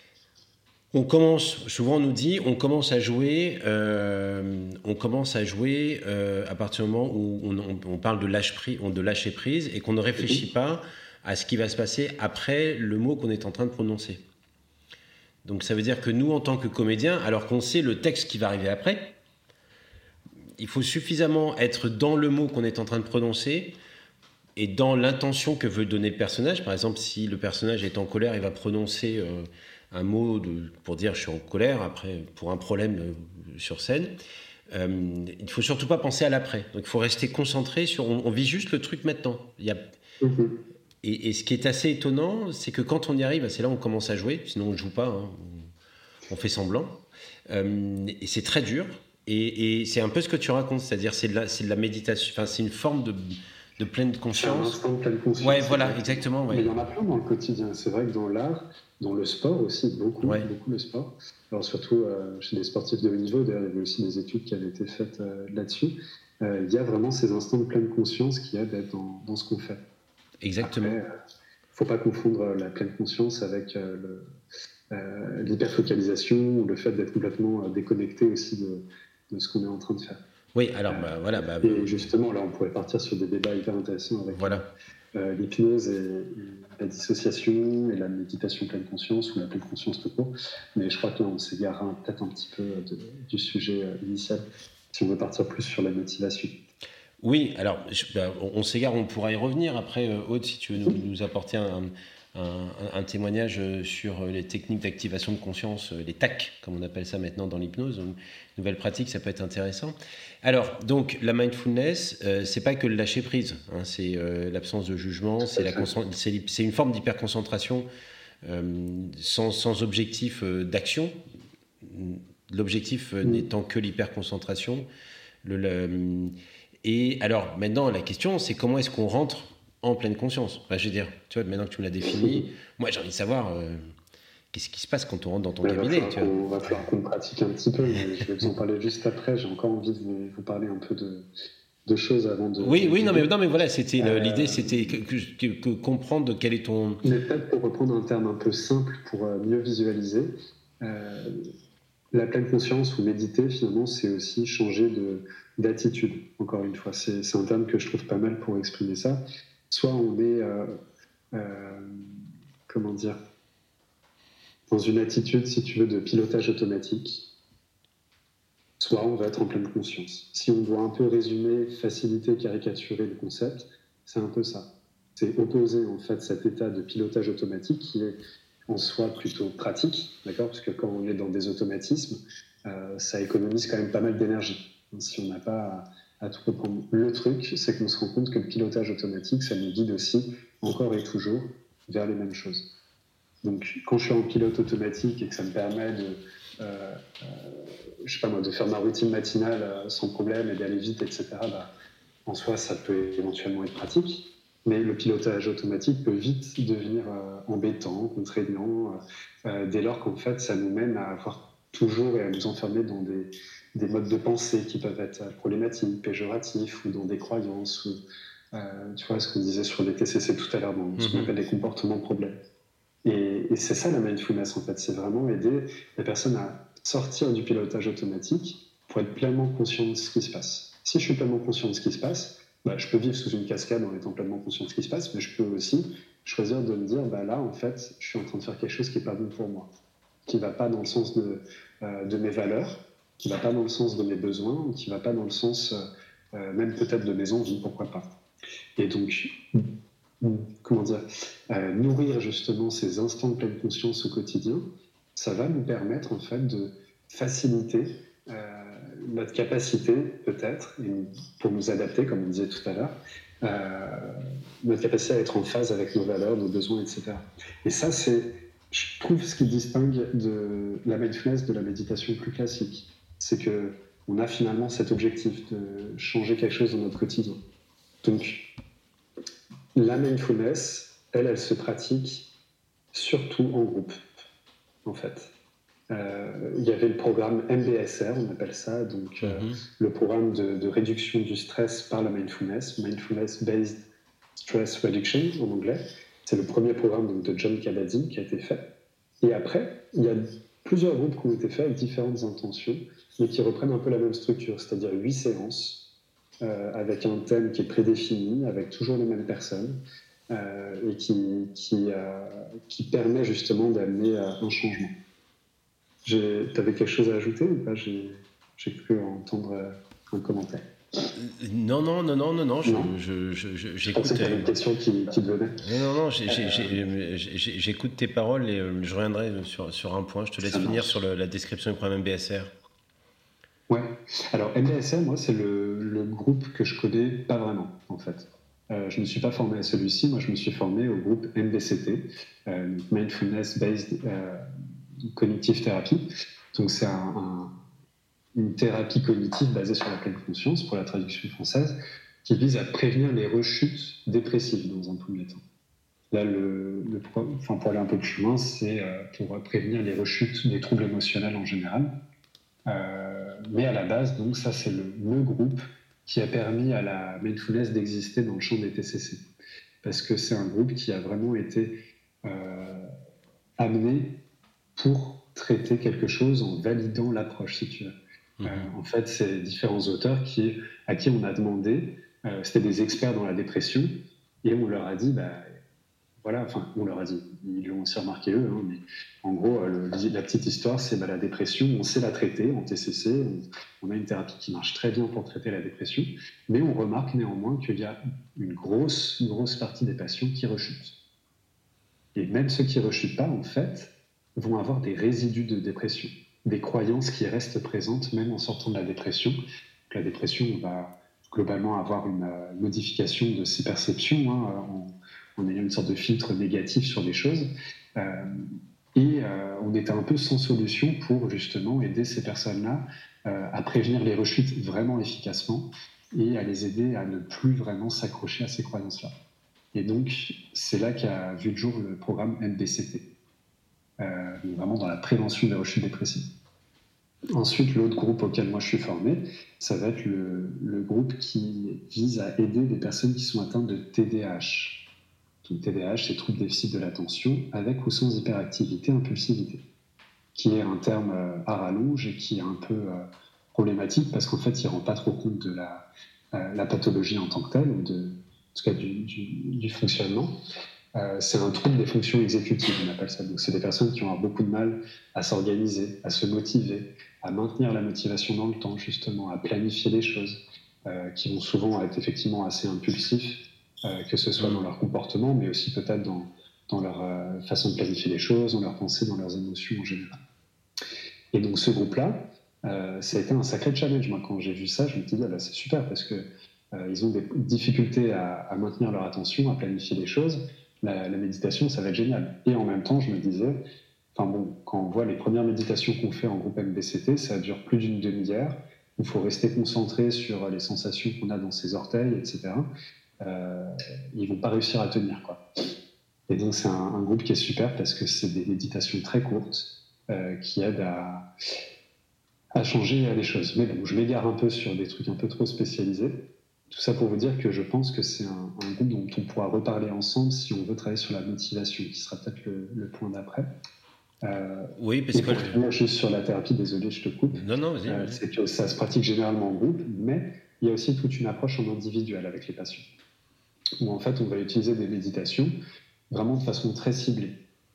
Souvent on nous dit, on commence à jouer à partir du moment où on parle de lâcher prise et qu'on ne réfléchit pas à ce qui va se passer après le mot qu'on est en train de prononcer. Donc ça veut dire que nous, en tant que comédiens, alors qu'on sait le texte qui va arriver après, il faut suffisamment être dans le mot qu'on est en train de prononcer et dans l'intention que veut donner le personnage. Par exemple, si le personnage est en colère, il va prononcer un mot pour dire je suis en colère, après, pour un problème sur scène. Il ne faut surtout pas penser à l'après. Donc il faut rester concentré sur... On vit juste le truc maintenant. Et ce qui est assez étonnant, c'est que quand on y arrive, c'est là où on commence à jouer, sinon on ne joue pas, on fait semblant. Et c'est très dur. Et c'est un peu ce que tu racontes, c'est-à-dire c'est de la méditation, enfin, c'est une forme de pleine conscience. Un instant de pleine conscience. Ouais, voilà, exactement. Ouais. Mais il y en a plein dans le quotidien. C'est vrai que dans l'art, dans le sport aussi, beaucoup le sport. Alors surtout chez les sportifs de haut niveau, d'ailleurs, il y avait aussi des études qui avaient été faites là-dessus. Il y a vraiment ces instants de pleine conscience qui aident à être dans ce qu'on fait. Exactement. Après, faut pas confondre la pleine conscience avec l'hyperfocalisation ou le fait d'être complètement déconnecté aussi de ce qu'on est en train de faire. Oui, alors voilà. Et justement, là, on pourrait partir sur des débats hyper intéressants avec l'hypnose et la dissociation et la méditation pleine conscience ou la pleine conscience tout court. Mais je crois que là, on s'égare peut-être un petit peu du sujet initial si on veut partir plus sur la motivation. Oui, alors on s'égare, on pourra y revenir après. Aude, si tu veux nous apporter un témoignage sur les techniques d'activation de conscience, les TAC, comme on appelle ça maintenant dans l'hypnose, une nouvelle pratique, ça peut être intéressant. Alors, donc, la mindfulness, c'est pas que le lâcher prise, hein, c'est l'absence de jugement, c'est une forme d'hyperconcentration sans objectif d'action. L'objectif n'étant que l'hyperconcentration. Et alors, maintenant, la question, c'est comment est-ce qu'on rentre en pleine conscience. Enfin, je veux dire, tu vois, maintenant que tu me l'as défini, moi j'ai envie de savoir qu'est-ce qui se passe quand on rentre dans ton cabinet. On va falloir qu'on pratique un petit peu, mais je vais vous en parler juste après. J'ai encore envie de vous parler un peu de choses avant de... Oui, non, mais voilà, c'était l'idée, c'était que comprendre quel est ton... Mais peut-être pour reprendre un terme un peu simple pour mieux visualiser, la pleine conscience ou méditer, finalement, c'est aussi changer d'attitude, encore une fois. C'est un terme que je trouve pas mal pour exprimer ça. Soit on est, comment dire, dans une attitude, si tu veux, de pilotage automatique, soit on va être en pleine conscience. Si on doit un peu résumer, faciliter, caricaturer le concept, c'est un peu ça. C'est opposer, en fait, cet état de pilotage automatique qui est en soi plutôt pratique, d'accord ? Parce que quand on est dans des automatismes, ça économise quand même pas mal d'énergie. Si on n'a pas à tout reprendre. Le truc, c'est qu'on se rend compte que le pilotage automatique, ça nous guide aussi, encore et toujours, vers les mêmes choses. Donc, quand je suis en pilote automatique et que ça me permet je sais pas moi, de faire ma routine matinale sans problème et d'aller vite, etc., en soi, ça peut éventuellement être pratique. Mais le pilotage automatique peut vite devenir embêtant, contraignant, dès lors qu'en fait, ça nous mène à avoir toujours et à nous enfermer dans des modes de pensée qui peuvent être problématiques, péjoratifs, ou dans des croyances, ou tu vois ce qu'on disait sur les TCC tout à l'heure, dans ce qu'on appelle les comportements problèmes. Et c'est ça la mindfulness, en fait, c'est vraiment aider les personnes à sortir du pilotage automatique pour être pleinement conscient de ce qui se passe. Si je suis pleinement conscient de ce qui se passe, je peux vivre sous une cascade en étant pleinement conscient de ce qui se passe, mais je peux aussi choisir de me dire, là, en fait, je suis en train de faire quelque chose qui n'est pas bon pour moi, qui ne va pas dans le sens de mes valeurs, qui ne va pas dans le sens de mes besoins, qui ne va pas dans le sens même peut-être de mes envies, pourquoi pas. Et donc, comment dire, nourrir justement ces instants de pleine conscience au quotidien, ça va nous permettre en fait de faciliter notre capacité peut-être, pour nous adapter, comme on disait tout à l'heure, notre capacité à être en phase avec nos valeurs, nos besoins, etc. Et ça, c'est, je trouve, ce qui distingue de la mindfulness de la méditation plus classique. C'est qu'on a finalement cet objectif de changer quelque chose dans notre quotidien. Donc, la mindfulness, elle se pratique surtout en groupe, en fait. Il y avait le programme MBSR, on appelle ça, donc le programme de réduction du stress par la mindfulness, Mindfulness Based Stress Reduction en anglais. C'est le premier programme donc, de John Kabat-Zinn qui a été fait. Et après, il y a plusieurs groupes qui ont été faits avec différentes intentions, mais qui reprennent un peu la même structure, c'est-à-dire 8 séances, avec un thème qui est prédéfini, avec toujours les mêmes personnes, et qui permet justement d'amener un changement. Tu avais quelque chose à ajouter ou pas ? J'ai cru entendre un commentaire. Non, j'écoute. Je une question qui te venait. Non, j'écoute tes paroles et je reviendrai sur un point. Je te laisse finir sur la description du programme MBSR. Ouais, alors MBSR, moi, c'est le groupe que je connais pas vraiment, en fait. Je ne me suis pas formé à celui-ci, moi je me suis formé au groupe MBCT, Mindfulness Based Cognitive Therapy. Donc c'est une thérapie cognitive basée sur la pleine conscience, pour la traduction française, qui vise à prévenir les rechutes dépressives dans un premier temps. Là, pour aller un peu plus loin, c'est pour prévenir les rechutes des troubles émotionnels en général. Mais à la base, donc ça c'est le groupe qui a permis à la mindfulness d'exister dans le champ des TCC. Parce que c'est un groupe qui a vraiment été amené pour traiter quelque chose en validant l'approche, si tu veux. En fait, c'est différents auteurs à qui on a demandé, c'était des experts dans la dépression, et on leur a dit, voilà, enfin, on leur a dit, ils l'ont aussi remarqué eux, mais en gros, la petite histoire, c'est la dépression, on sait la traiter en TCC, on a une thérapie qui marche très bien pour traiter la dépression, mais on remarque néanmoins qu'il y a une grosse partie des patients qui rechutent. Et même ceux qui ne rechutent pas, en fait, vont avoir des résidus de dépression, des croyances qui restent présentes même en sortant de la dépression. Donc, la dépression, on va globalement avoir une modification de ses perceptions en ayant une sorte de filtre négatif sur les choses. On était un peu sans solution pour justement aider ces personnes-là à prévenir les rechutes vraiment efficacement et à les aider à ne plus vraiment s'accrocher à ces croyances-là. Et donc, c'est là qu'a vu le jour le programme MBCT, vraiment dans la prévention des rechutes dépressives. Ensuite, l'autre groupe auquel moi je suis formé, ça va être le groupe qui vise à aider des personnes qui sont atteintes de TDAH. Donc, TDAH, c'est trouble déficit de l'attention avec ou sans hyperactivité, impulsivité, qui est un terme à rallonge et qui est un peu problématique parce qu'en fait, il ne rend pas trop compte de la pathologie en tant que telle, ou en tout cas du fonctionnement. C'est un trouble des fonctions exécutives, on appelle ça. Donc, c'est des personnes qui ont beaucoup de mal à s'organiser, à se motiver, à maintenir la motivation dans le temps, justement, à planifier les choses, qui vont souvent être effectivement assez impulsifs, que ce soit dans leur comportement, mais aussi peut-être dans leur façon de planifier les choses, dans leurs pensées, dans leurs émotions en général. Et donc, ce groupe-là, ça a été un sacré challenge. Moi, quand j'ai vu ça, je me suis dit, c'est super, parce que ils ont des difficultés à maintenir leur attention, à planifier les choses. La méditation, ça va être génial. Et en même temps, je me disais, quand on voit les premières méditations qu'on fait en groupe MBCT, ça dure plus d'une demi-heure. Il faut rester concentré sur les sensations qu'on a dans ses orteils, etc. Ils vont pas réussir à tenir, quoi. Et donc, c'est un groupe qui est super parce que c'est des méditations très courtes qui aident à changer les choses. Mais bon, je m'égare un peu sur des trucs un peu trop spécialisés. Tout ça pour vous dire que je pense que c'est un groupe dont on pourra reparler ensemble si on veut travailler sur la motivation, qui sera peut-être le point d'après. Oui, parce que... Pour juste sur la thérapie, désolé, je te coupe. Non, vas-y. C'est que ça se pratique généralement en groupe, mais il y a aussi toute une approche en individuel avec les patients, où en fait on va utiliser des méditations vraiment de façon très ciblée,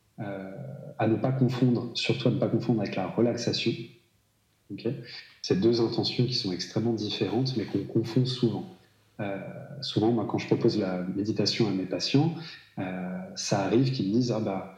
à ne pas confondre, surtout à ne pas confondre avec la relaxation. Okay, c'est deux intentions qui sont extrêmement différentes, mais qu'on confond souvent. Souvent, moi, quand je propose la méditation à mes patients, ça arrive qu'ils me disent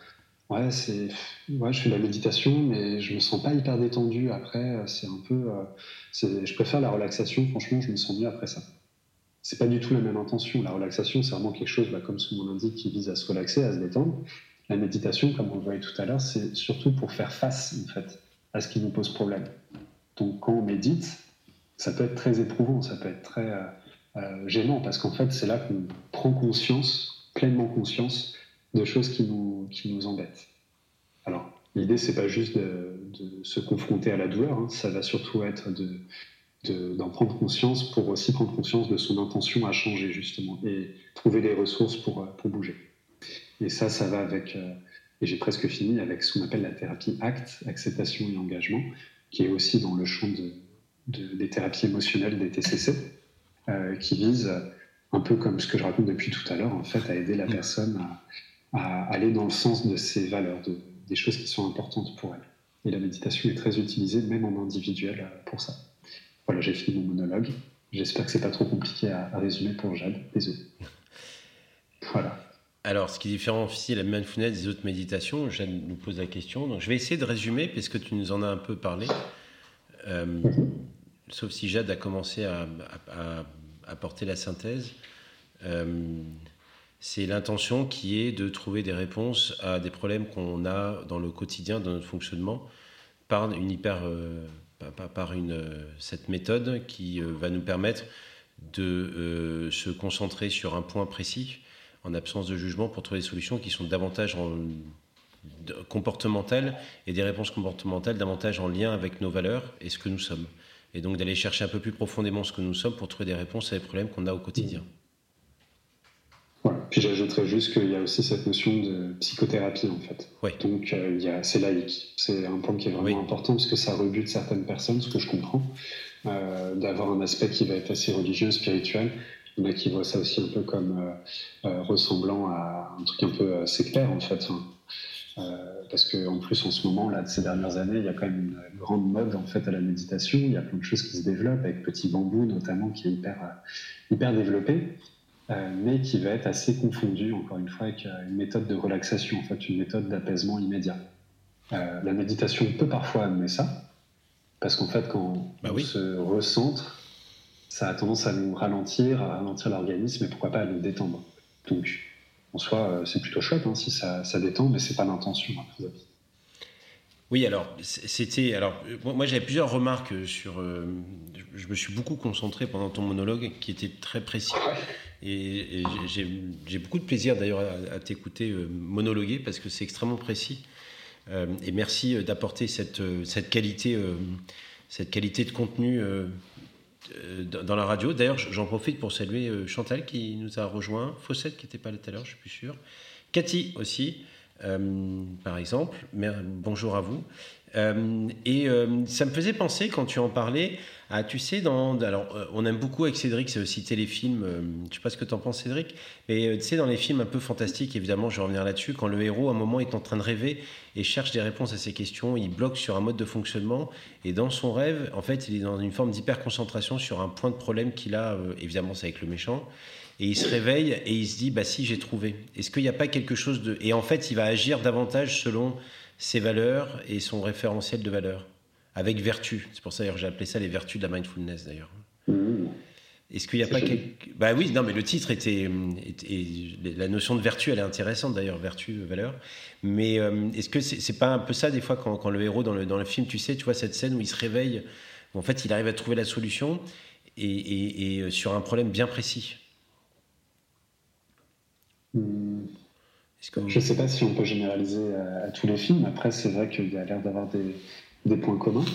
je fais de la méditation, mais je me sens pas hyper détendu après. C'est un peu, je préfère la relaxation. Franchement, je me sens mieux après ça. C'est pas du tout la même intention. La relaxation, c'est vraiment quelque chose, comme son nom l'indique, qui vise à se relaxer, à se détendre. La méditation, comme on le voyait tout à l'heure, c'est surtout pour faire face, en fait, à ce qui nous pose problème. Donc, quand on médite, ça peut être très éprouvant, ça peut être très gênant, parce qu'en fait, c'est là qu'on prend conscience, pleinement conscience, de choses qui nous embêtent. Alors, l'idée, c'est pas juste de se confronter à la douleur, ça va surtout être d'en prendre conscience pour aussi prendre conscience de son intention à changer, justement, et trouver les ressources pour bouger. Et ça va avec, et j'ai presque fini, avec ce qu'on appelle la thérapie ACT, acceptation et engagement, qui est aussi dans le champ des thérapies émotionnelles, des TCC, qui vise, un peu comme ce que je raconte depuis tout à l'heure, en fait, à aider la personne à aller dans le sens de ses valeurs, des choses qui sont importantes pour elle. Et la méditation est très utilisée, même en individuel, pour ça. Voilà, j'ai fini mon monologue. J'espère que c'est pas trop compliqué à résumer pour Jade. Désolé. Voilà. Alors, ce qui différencie la mindfulness des autres méditations, Jade nous pose la question. Donc, je vais essayer de résumer, parce que tu nous en as un peu parlé. Sauf si Jade a commencé à apporter la synthèse. C'est l'intention qui est de trouver des réponses à des problèmes qu'on a dans le quotidien, dans notre fonctionnement, par cette méthode qui va nous permettre de se concentrer sur un point précis, en absence de jugement, pour trouver des solutions qui sont davantage comportementales, et des réponses comportementales davantage en lien avec nos valeurs et ce que nous sommes. Et donc d'aller chercher un peu plus profondément ce que nous sommes pour trouver des réponses à des problèmes qu'on a au quotidien. Voilà. Puis j'ajouterais juste qu'il y a aussi cette notion de psychothérapie, en fait. Oui. Donc c'est laïque. C'est un point qui est vraiment important, parce que ça rebute certaines personnes, ce que je comprends, d'avoir un aspect qui va être assez religieux, spirituel. Il y en a qui voient ça aussi un peu comme ressemblant à un truc un peu sectaire, en fait. Parce qu'en plus, en ce moment, là, ces dernières années, il y a quand même une grande mode, en fait, à la méditation. Il y a plein de choses qui se développent, avec Petit Bambou, notamment, qui est hyper développé. mais qui va être assez confondu, encore une fois, avec une méthode de relaxation, en fait, une méthode d'apaisement immédiat. La méditation peut parfois amener ça, parce qu'en fait, quand on se recentre, ça a tendance à nous ralentir, l'organisme, et pourquoi pas à nous détendre. Donc, en soi, c'est plutôt chouette si ça détend, mais c'est pas l'intention. Oui, alors, moi j'avais plusieurs remarques sur. Je me suis beaucoup concentré pendant ton monologue qui était très précis. Et j'ai beaucoup de plaisir d'ailleurs à t'écouter monologuer parce que c'est extrêmement précis. Et merci d'apporter cette qualité de contenu dans la radio. D'ailleurs, j'en profite pour saluer Chantal qui nous a rejoint, Fossette qui n'était pas là tout à l'heure, je suis plus sûr, Cathy aussi. Par exemple, bonjour à vous. Ça me faisait penser quand tu en parlais à, tu sais, on aime beaucoup avec Cédric citer les films, je ne sais pas ce que tu en penses Cédric, mais tu sais dans les films un peu fantastiques, évidemment je vais revenir là-dessus, quand le héros à un moment est en train de rêver et cherche des réponses à ses questions, il bloque sur un mode de fonctionnement et dans son rêve, en fait il est dans une forme d'hyperconcentration sur un point de problème qu'il a, évidemment c'est avec le méchant. Et il se réveille et il se dit bah si j'ai trouvé. Est-ce qu'il n'y a pas quelque chose de... Et en fait il va agir davantage selon ses valeurs et son référentiel de valeurs avec vertu. C'est pour ça que j'ai appelé ça les vertus de la mindfulness d'ailleurs. Est-ce qu'il n'y a pas bah oui, non mais le titre était la notion de vertu elle est intéressante d'ailleurs, vertu, valeur. Mais est-ce que c'est pas un peu ça des fois quand le héros dans le film, tu sais, tu vois cette scène où il se réveille, où en fait il arrive à trouver la solution et sur un problème bien précis. Je ne sais pas si on peut généraliser à tous les films. Après, c'est vrai qu'il y a l'air d'avoir des points communs.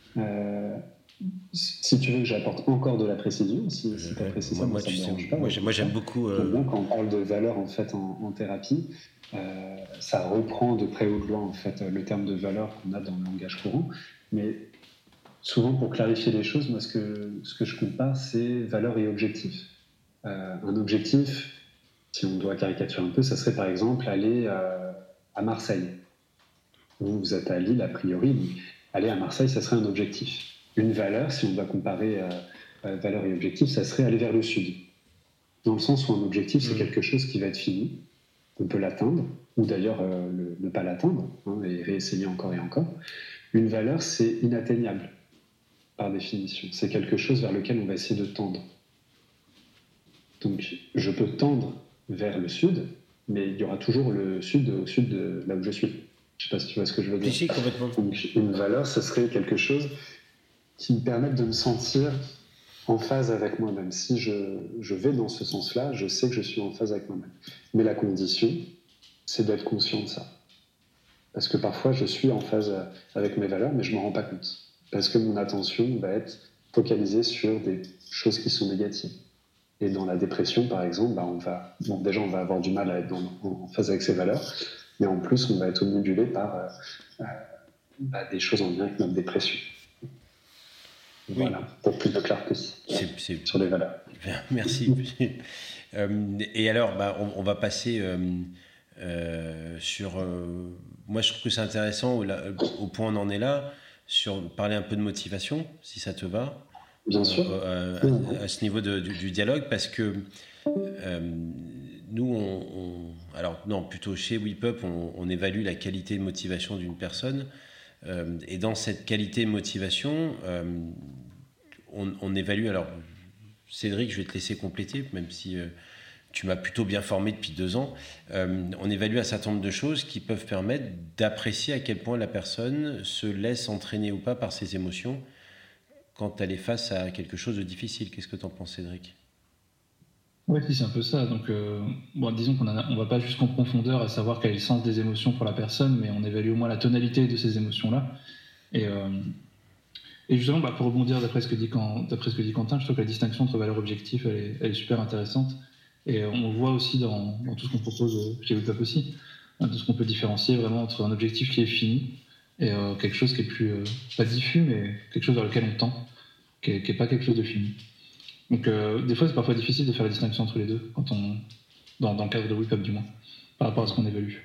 Si tu veux que j'apporte encore de la précision, si tu as précisé ça, ça ne me dérange pas. Moi, j'aime beaucoup. J'aime bien quand on parle de valeur en fait en thérapie. Ça reprend de près ou de loin en fait le terme de valeur qu'on a dans le langage courant. Mais souvent, pour clarifier les choses, moi, ce que je compare, c'est valeur et objectif. Un objectif, si on doit caricaturer un peu, ça serait par exemple aller à Marseille. Vous êtes à Lille, a priori, donc aller à Marseille, ça serait un objectif. Une valeur, si on doit comparer valeur et objectif, ça serait aller vers le sud. Dans le sens où un objectif, c'est quelque chose qui va être fini, on peut l'atteindre, ou d'ailleurs ne pas l'atteindre, et réessayer encore et encore. Une valeur, c'est inatteignable, par définition. C'est quelque chose vers lequel on va essayer de tendre. Donc, je peux tendre vers le sud, mais il y aura toujours le sud au sud de là où je suis. Je ne sais pas si tu vois ce que je veux dire. Si, complètement. Donc, une valeur, ce serait quelque chose qui me permette de me sentir en phase avec moi-même. Si je vais dans ce sens-là, je sais que je suis en phase avec moi-même. Mais la condition, c'est d'être conscient de ça. Parce que parfois, je suis en phase avec mes valeurs, mais je ne m'en rends pas compte. Parce que mon attention va être focalisée sur des choses qui sont négatives. Et dans la dépression, par exemple, on va avoir du mal à être en phase avec ses valeurs, mais en plus, on va être omnibulé par des choses en lien avec notre dépression. Voilà, pour plus de clarté sur les valeurs. Merci. Et alors, on va passer sur... moi, je trouve que c'est intéressant, au point où on en est là, sur parler un peu de motivation, si ça te va. Bien sûr. À ce niveau du dialogue, parce que nous, alors non, plutôt chez WePup, on évalue la qualité de motivation d'une personne, et dans cette qualité de motivation, on évalue. Alors, Cédric, je vais te laisser compléter, même si tu m'as plutôt bien formé depuis 2 ans. On évalue un certain nombre de choses qui peuvent permettre d'apprécier à quel point la personne se laisse entraîner ou pas par ses émotions quand elle est face à quelque chose de difficile. Qu'est-ce que tu en penses, Cédric ? Oui, c'est un peu ça. Donc, disons qu'on ne va pas jusqu'en profondeur à savoir quel est le sens des émotions pour la personne, mais on évalue au moins la tonalité de ces émotions-là. Et justement, pour rebondir d'après ce que dit Quentin, je trouve que la distinction entre valeur et objectif, elle est super intéressante. Et on le voit aussi dans tout ce qu'on propose chez WePup aussi, tout ce qu'on peut différencier vraiment entre un objectif qui est fini et quelque chose qui est plus, pas diffus, mais quelque chose vers lequel on tend, qui n'est pas quelque chose de fini. Donc des fois, c'est parfois difficile de faire la distinction entre les deux, quand dans le cadre de WePup du moins, par rapport à ce qu'on évalue.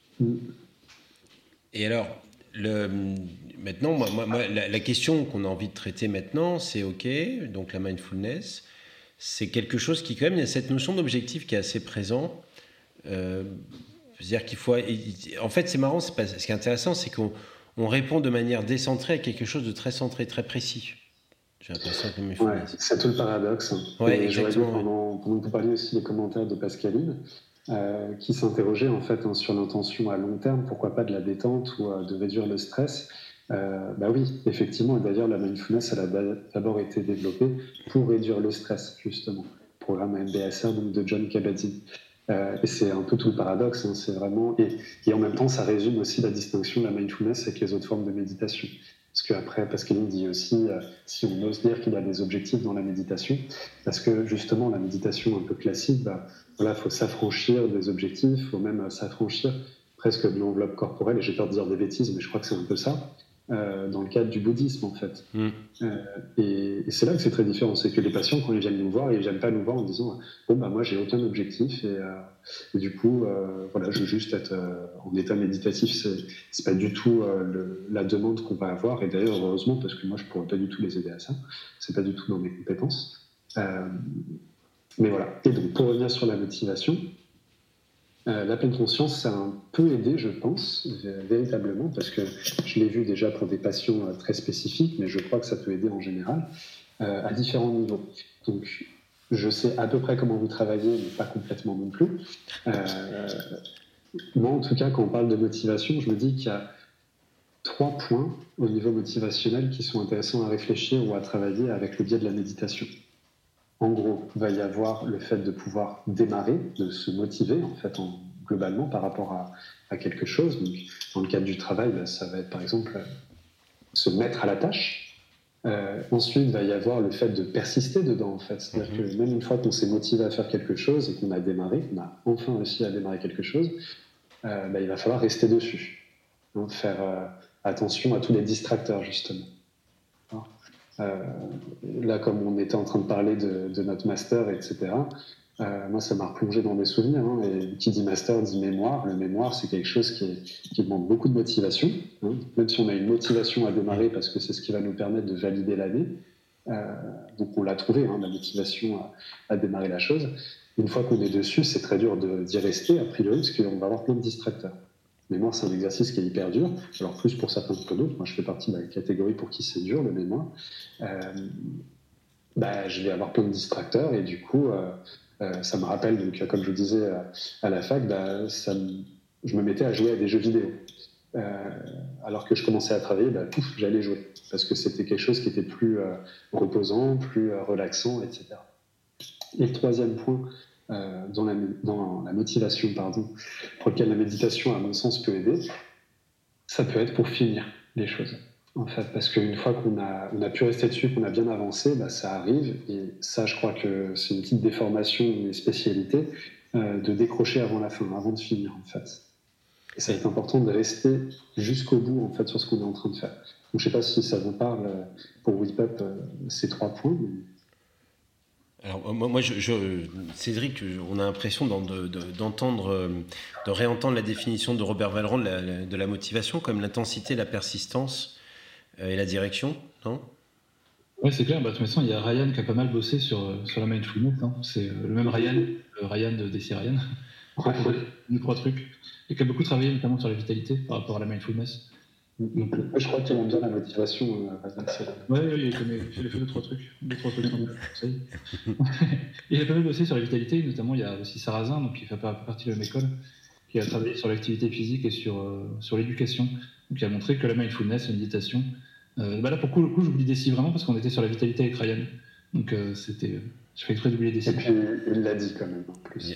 Et alors, maintenant, moi, la question qu'on a envie de traiter maintenant, c'est OK, donc la mindfulness, c'est quelque chose qui, quand même, il y a cette notion d'objectif qui est assez présent. C'est-à-dire qu'il faut... En fait, c'est marrant, ce qui est intéressant, c'est qu'on répond de manière décentrée à quelque chose de très centré, très précis. J'ai l'impression que c'est tout le paradoxe. Ouais, exactement. Pendant que vous parliez aussi des commentaires de Pascaline, qui s'interrogeait en fait sur l'intention à long terme, pourquoi pas de la détente ou de réduire le stress. Oui, effectivement, et d'ailleurs la mindfulness elle a d'abord été développée pour réduire le stress, justement. Programme MBSR donc de John Kabat-Zinn. Et c'est un peu tout le paradoxe, c'est vraiment... Et en même temps, ça résume aussi la distinction de la mindfulness avec les autres formes de méditation. Parce qu'après, Pascaline dit aussi, si on ose dire qu'il y a des objectifs dans la méditation, parce que justement, la méditation un peu classique, il faut s'affranchir des objectifs, il faut même s'affranchir presque de l'enveloppe corporelle, et j'ai peur de dire des bêtises, mais je crois que c'est un peu ça, dans le cadre du bouddhisme, en fait. Et c'est là que c'est très différent, c'est que les patients, quand ils viennent nous voir, ils viennent pas nous voir en disant « moi, j'ai aucun objectif, et du coup, je veux juste être en état méditatif ». C'est pas du tout la demande qu'on va avoir, et d'ailleurs, heureusement, parce que moi, je pourrais pas du tout les aider à ça. C'est pas du tout dans mes compétences. Mais voilà. Et donc, pour revenir sur la motivation, la pleine conscience, ça a un peu aidé, je pense, véritablement, parce que je l'ai vu déjà pour des patients très spécifiques, mais je crois que ça peut aider en général, à différents niveaux. Donc, je sais à peu près comment vous travaillez, mais pas complètement non plus. Moi, en tout cas, quand on parle de motivation, je me dis qu'il y a 3 points au niveau motivationnel qui sont intéressants à réfléchir ou à travailler avec le biais de la méditation. En gros, il va y avoir le fait de pouvoir démarrer, de se motiver en fait globalement par rapport à quelque chose. Donc, dans le cadre du travail, ça va être par exemple se mettre à la tâche. Ensuite, il va y avoir le fait de persister dedans en fait. C'est-à-dire que même une fois qu'on s'est motivé à faire quelque chose et qu'on a démarré, qu'on a enfin réussi à démarrer quelque chose, il va falloir rester dessus. Donc, faire attention à tous les distracteurs justement. Là, comme on était en train de parler de notre master, etc., moi, ça m'a replongé dans des souvenirs. Et qui dit master dit mémoire. Le mémoire, c'est quelque chose qui demande beaucoup de motivation. Même si on a une motivation à démarrer, parce que c'est ce qui va nous permettre de valider l'année. Donc, on l'a trouvé, la motivation à démarrer la chose. Une fois qu'on est dessus, c'est très dur d'y rester, a priori, parce qu'on va avoir plein de distracteurs. Mémoire, c'est un exercice qui est hyper dur. Alors, plus pour certains que d'autres. Moi, je fais partie de la catégorie pour qui c'est dur, le mémoire. Je vais avoir plein de distracteurs et du coup, ça me rappelle, donc, comme je vous disais à la fac, je me mettais à jouer à des jeux vidéo. Alors que je commençais à travailler, j'allais jouer. Parce que c'était quelque chose qui était plus reposant, plus relaxant, etc. Et le troisième point, dans la motivation, pour lequel la méditation, à mon sens, peut aider, ça peut être pour finir les choses. En fait, parce qu'une fois qu'on a pu rester dessus, qu'on a bien avancé, ça arrive. Et ça, je crois que c'est une petite déformation, une spécialité, de décrocher avant la fin, avant de finir, en fait. Et ça va être important de rester jusqu'au bout, en fait, sur ce qu'on est en train de faire. Donc, je ne sais pas si ça vous parle, pour WIPUP, ces 3 points. Mais... Alors moi, Cédric, on a l'impression d'entendre, de réentendre la définition de Robert Vallerand de la motivation comme l'intensité, la persistance et la direction, non ? Oui, c'est clair. De toute façon, il y a Ryan qui a pas mal bossé sur la mindfulness. C'est le même Ryan, Ryan de DC Ryan. Les 3 trucs. Et qui a beaucoup travaillé notamment sur la vitalité par rapport à la mindfulness. Donc, je crois qu'il aime bien la motivation. Oui, il a fait 2-3 trucs. 2-3 trucs Il a pas mal bossé sur la vitalité, notamment il y a aussi Sarrazin, donc qui fait partie de la même école, qui a travaillé sur l'activité physique et sur l'éducation. Donc il a montré que la mindfulness, la méditation. Là, pour le coup, j'oublie Desi vraiment parce qu'on était sur la vitalité avec Ryan. Donc c'était. Je fais exprès d'oublier Desi. Et puis il l'a dit quand même en plus.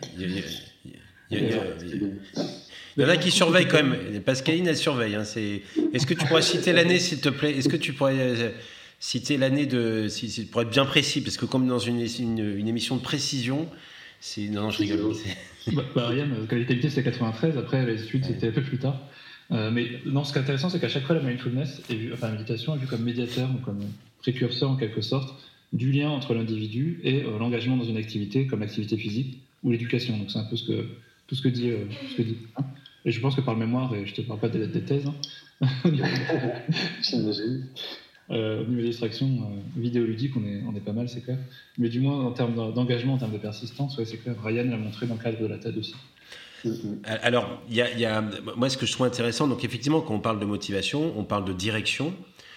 Il y en a qui surveillent quand même. Pascaline, elle surveille. Est-ce que tu pourrais citer l'année, s'il te plaît ? Est-ce que tu pourrais citer l'année pour être bien précis ? Parce que comme dans une émission de précision, non, je rigole. Ryan, la vitalité, c'était 93. Après, les études, c'était un peu plus tard. Mais non, ce qui est intéressant, c'est qu'à chaque fois, la mindfulness, la méditation est vue comme médiateur, ou comme précurseur en quelque sorte, du lien entre l'individu et l'engagement dans une activité, comme l'activité physique ou l'éducation. Donc c'est un peu tout ce que dit. Et je pense que par le mémoire, et je ne te parle pas des thèses, j'imagine. Au niveau des distractions vidéoludiques, on est pas mal, c'est clair. Mais du moins, en termes d'engagement, en termes de persistance, ouais, c'est clair. Ryan l'a montré dans le cadre de la TED aussi. Alors, moi, ce que je trouve intéressant, donc effectivement, quand on parle de motivation, on parle de direction,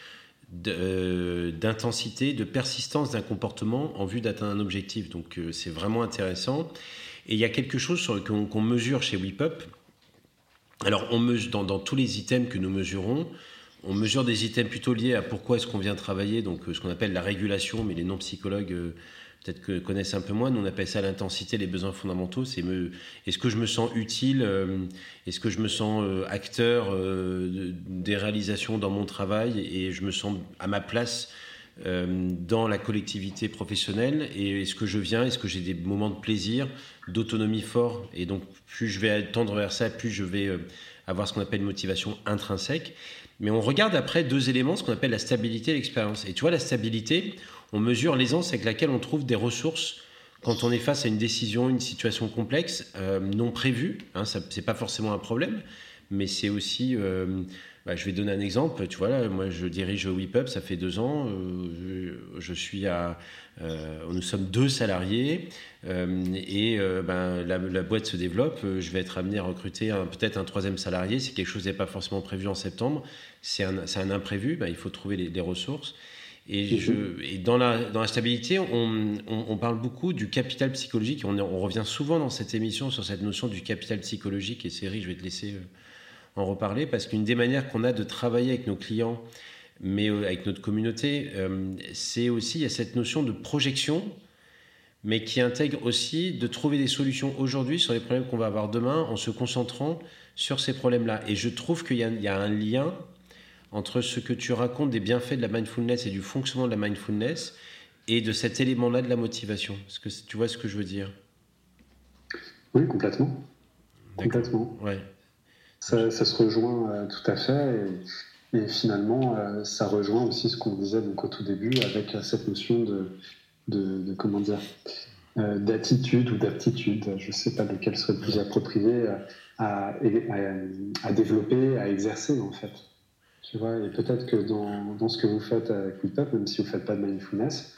d'intensité, de persistance d'un comportement en vue d'atteindre un objectif. Donc, c'est vraiment intéressant. Et il y a quelque chose qu'on mesure chez WePup. Alors, on mesure dans tous les items que nous mesurons, on mesure des items plutôt liés à pourquoi est-ce qu'on vient travailler, donc ce qu'on appelle la régulation, mais les non-psychologues peut-être que connaissent un peu moins. Nous, on appelle ça l'intensité, les besoins fondamentaux. C'est est-ce que je me sens utile, est-ce que je me sens acteur des réalisations dans mon travail et je me sens à ma place dans la collectivité professionnelle, et est-ce que j'ai des moments de plaisir, d'autonomie forts, et donc plus je vais tendre vers ça, plus je vais avoir ce qu'on appelle une motivation intrinsèque. Mais on regarde après deux éléments, ce qu'on appelle la stabilité et l'expérience. Et tu vois, la stabilité, on mesure l'aisance avec laquelle on trouve des ressources quand on est face à une décision, une situation complexe, non prévue. Ça, c'est pas forcément un problème, mais c'est aussi... je vais donner un exemple. Tu vois, là, moi, je dirige WePup, ça fait 2 ans. Nous sommes 2 salariés la boîte se développe. Je vais être amené à recruter peut-être un 3e salarié. Si quelque chose n'est pas forcément prévu en septembre, c'est un imprévu. Il faut trouver les ressources. Et dans la stabilité, on parle beaucoup du capital psychologique. On revient souvent dans cette émission sur cette notion du capital psychologique. Et Céry, je vais te laisser en reparler, parce qu'une des manières qu'on a de travailler avec nos clients, mais avec notre communauté, c'est aussi, il y a cette notion de projection, mais qui intègre aussi de trouver des solutions aujourd'hui sur les problèmes qu'on va avoir demain en se concentrant sur ces problèmes-là. Et je trouve qu'il y a un lien entre ce que tu racontes des bienfaits de la mindfulness et du fonctionnement de la mindfulness et de cet élément-là de la motivation. Est-ce que tu vois ce que je veux dire ? Oui, complètement. D'accord. Complètement. Ouais. Ça se rejoint tout à fait, et finalement ça rejoint aussi ce qu'on disait donc au tout début avec cette notion de comment dire, d'attitude ou d'aptitude, je ne sais pas lequel serait le plus approprié à développer, à exercer en fait. Tu vois, et peut-être que dans ce que vous faites avec WePup, même si vous ne faites pas de mindfulness,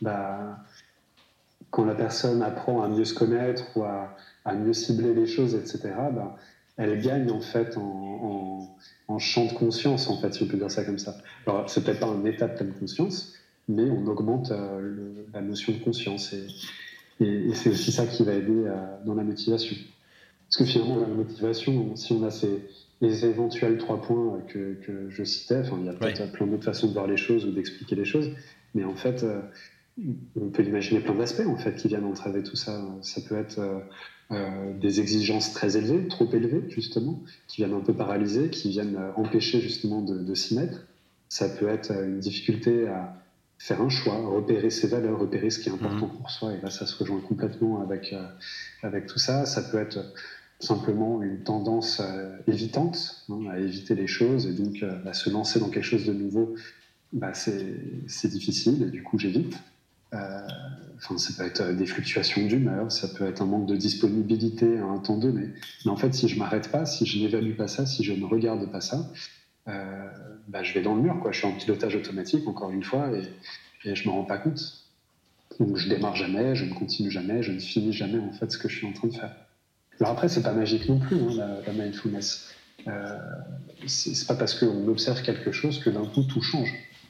quand la personne apprend à mieux se connaître ou à mieux cibler les choses, etc., elle gagne en fait en champ de conscience, en fait, si on peut dire ça comme ça. Alors, c'est peut-être pas un état de pleine conscience, mais on augmente la notion de conscience, et c'est aussi ça qui va aider dans la motivation. Parce que finalement, la motivation, si on a les éventuels 3 points que je citais, il y a peut-être plein d'autres façons de voir les choses ou d'expliquer les choses, mais en fait, on peut imaginer plein d'aspects en fait qui viennent entraver tout ça. Ça peut être des exigences très élevées, trop élevées justement, qui viennent un peu paralyser, qui viennent empêcher justement de s'y mettre. Ça peut être une difficulté à faire un choix, repérer ses valeurs, repérer ce qui est important pour soi, et là ça se rejoint complètement avec tout ça. Ça peut être simplement une tendance évitante, à éviter les choses, et donc à se lancer dans quelque chose de nouveau, c'est difficile, et du coup j'évite. Ça peut être des fluctuations d'humeur, ça peut être un manque de disponibilité à un temps donné. Mais en fait, si je ne m'arrête pas, si je n'évalue pas ça, si je ne regarde pas ça, je vais dans le mur, quoi. Je suis en pilotage automatique, encore une fois, et je ne me rends pas compte. Donc je démarre jamais, je ne continue jamais, je ne finis jamais en fait ce que je suis en train de faire. Alors après, c'est pas magique non plus, la mindfulness. C'est pas parce qu'on observe quelque chose que d'un coup tout change.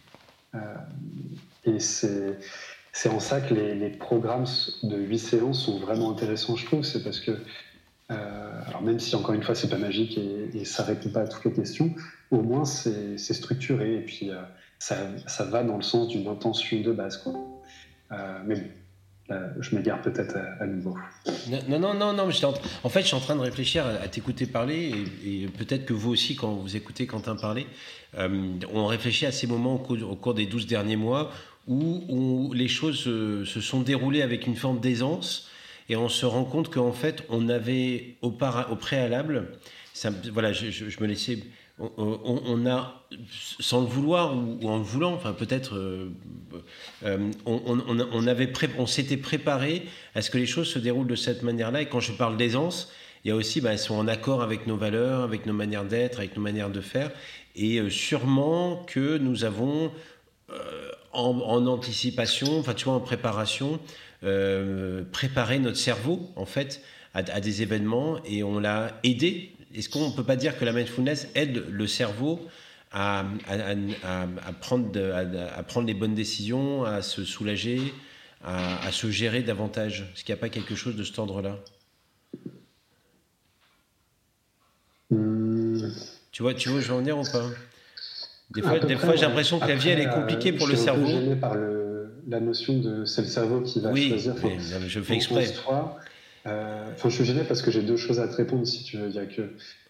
Et c'est en ça que les programmes de 8 séances sont vraiment intéressants, je trouve. C'est parce que, alors même si encore une fois c'est pas magique et ça répond pas à toutes les questions, au moins c'est structuré, et puis ça va dans le sens d'une intention de base, quoi. Mais bon. Je m'égare peut-être à nouveau. Non, en fait, je suis en train de réfléchir à t'écouter parler, et peut-être que vous aussi, quand vous écoutez Quentin parler, on réfléchit à ces moments au cours des 12 derniers mois où les choses se sont déroulées avec une forme d'aisance, et on se rend compte qu'en fait, on avait au préalable, je me laissais... On a, sans le vouloir ou en le voulant, enfin peut-être, on s'était préparé à ce que les choses se déroulent de cette manière-là. Et quand je parle d'aisance, il y a aussi, elles sont en accord avec nos valeurs, avec nos manières d'être, avec nos manières de faire. Et sûrement que nous avons en anticipation, enfin tu vois, en préparation, préparer notre cerveau en fait à des événements et on l'a aidé. Est-ce qu'on ne peut pas dire que la mindfulness aide le cerveau à prendre les bonnes décisions, à se soulager, à se gérer davantage? Est-ce qu'il n'y a pas quelque chose de cet ordre-là? Tu vois où je veux en venir ou pas? Des fois j'ai l'impression que la vie, elle est compliquée pour le cerveau. Je suis un peu gêné par la notion de c'est le cerveau qui va choisir. Oui, je fais exprès. Je suis gêné parce que j'ai deux choses à te répondre, si tu veux. Il y a que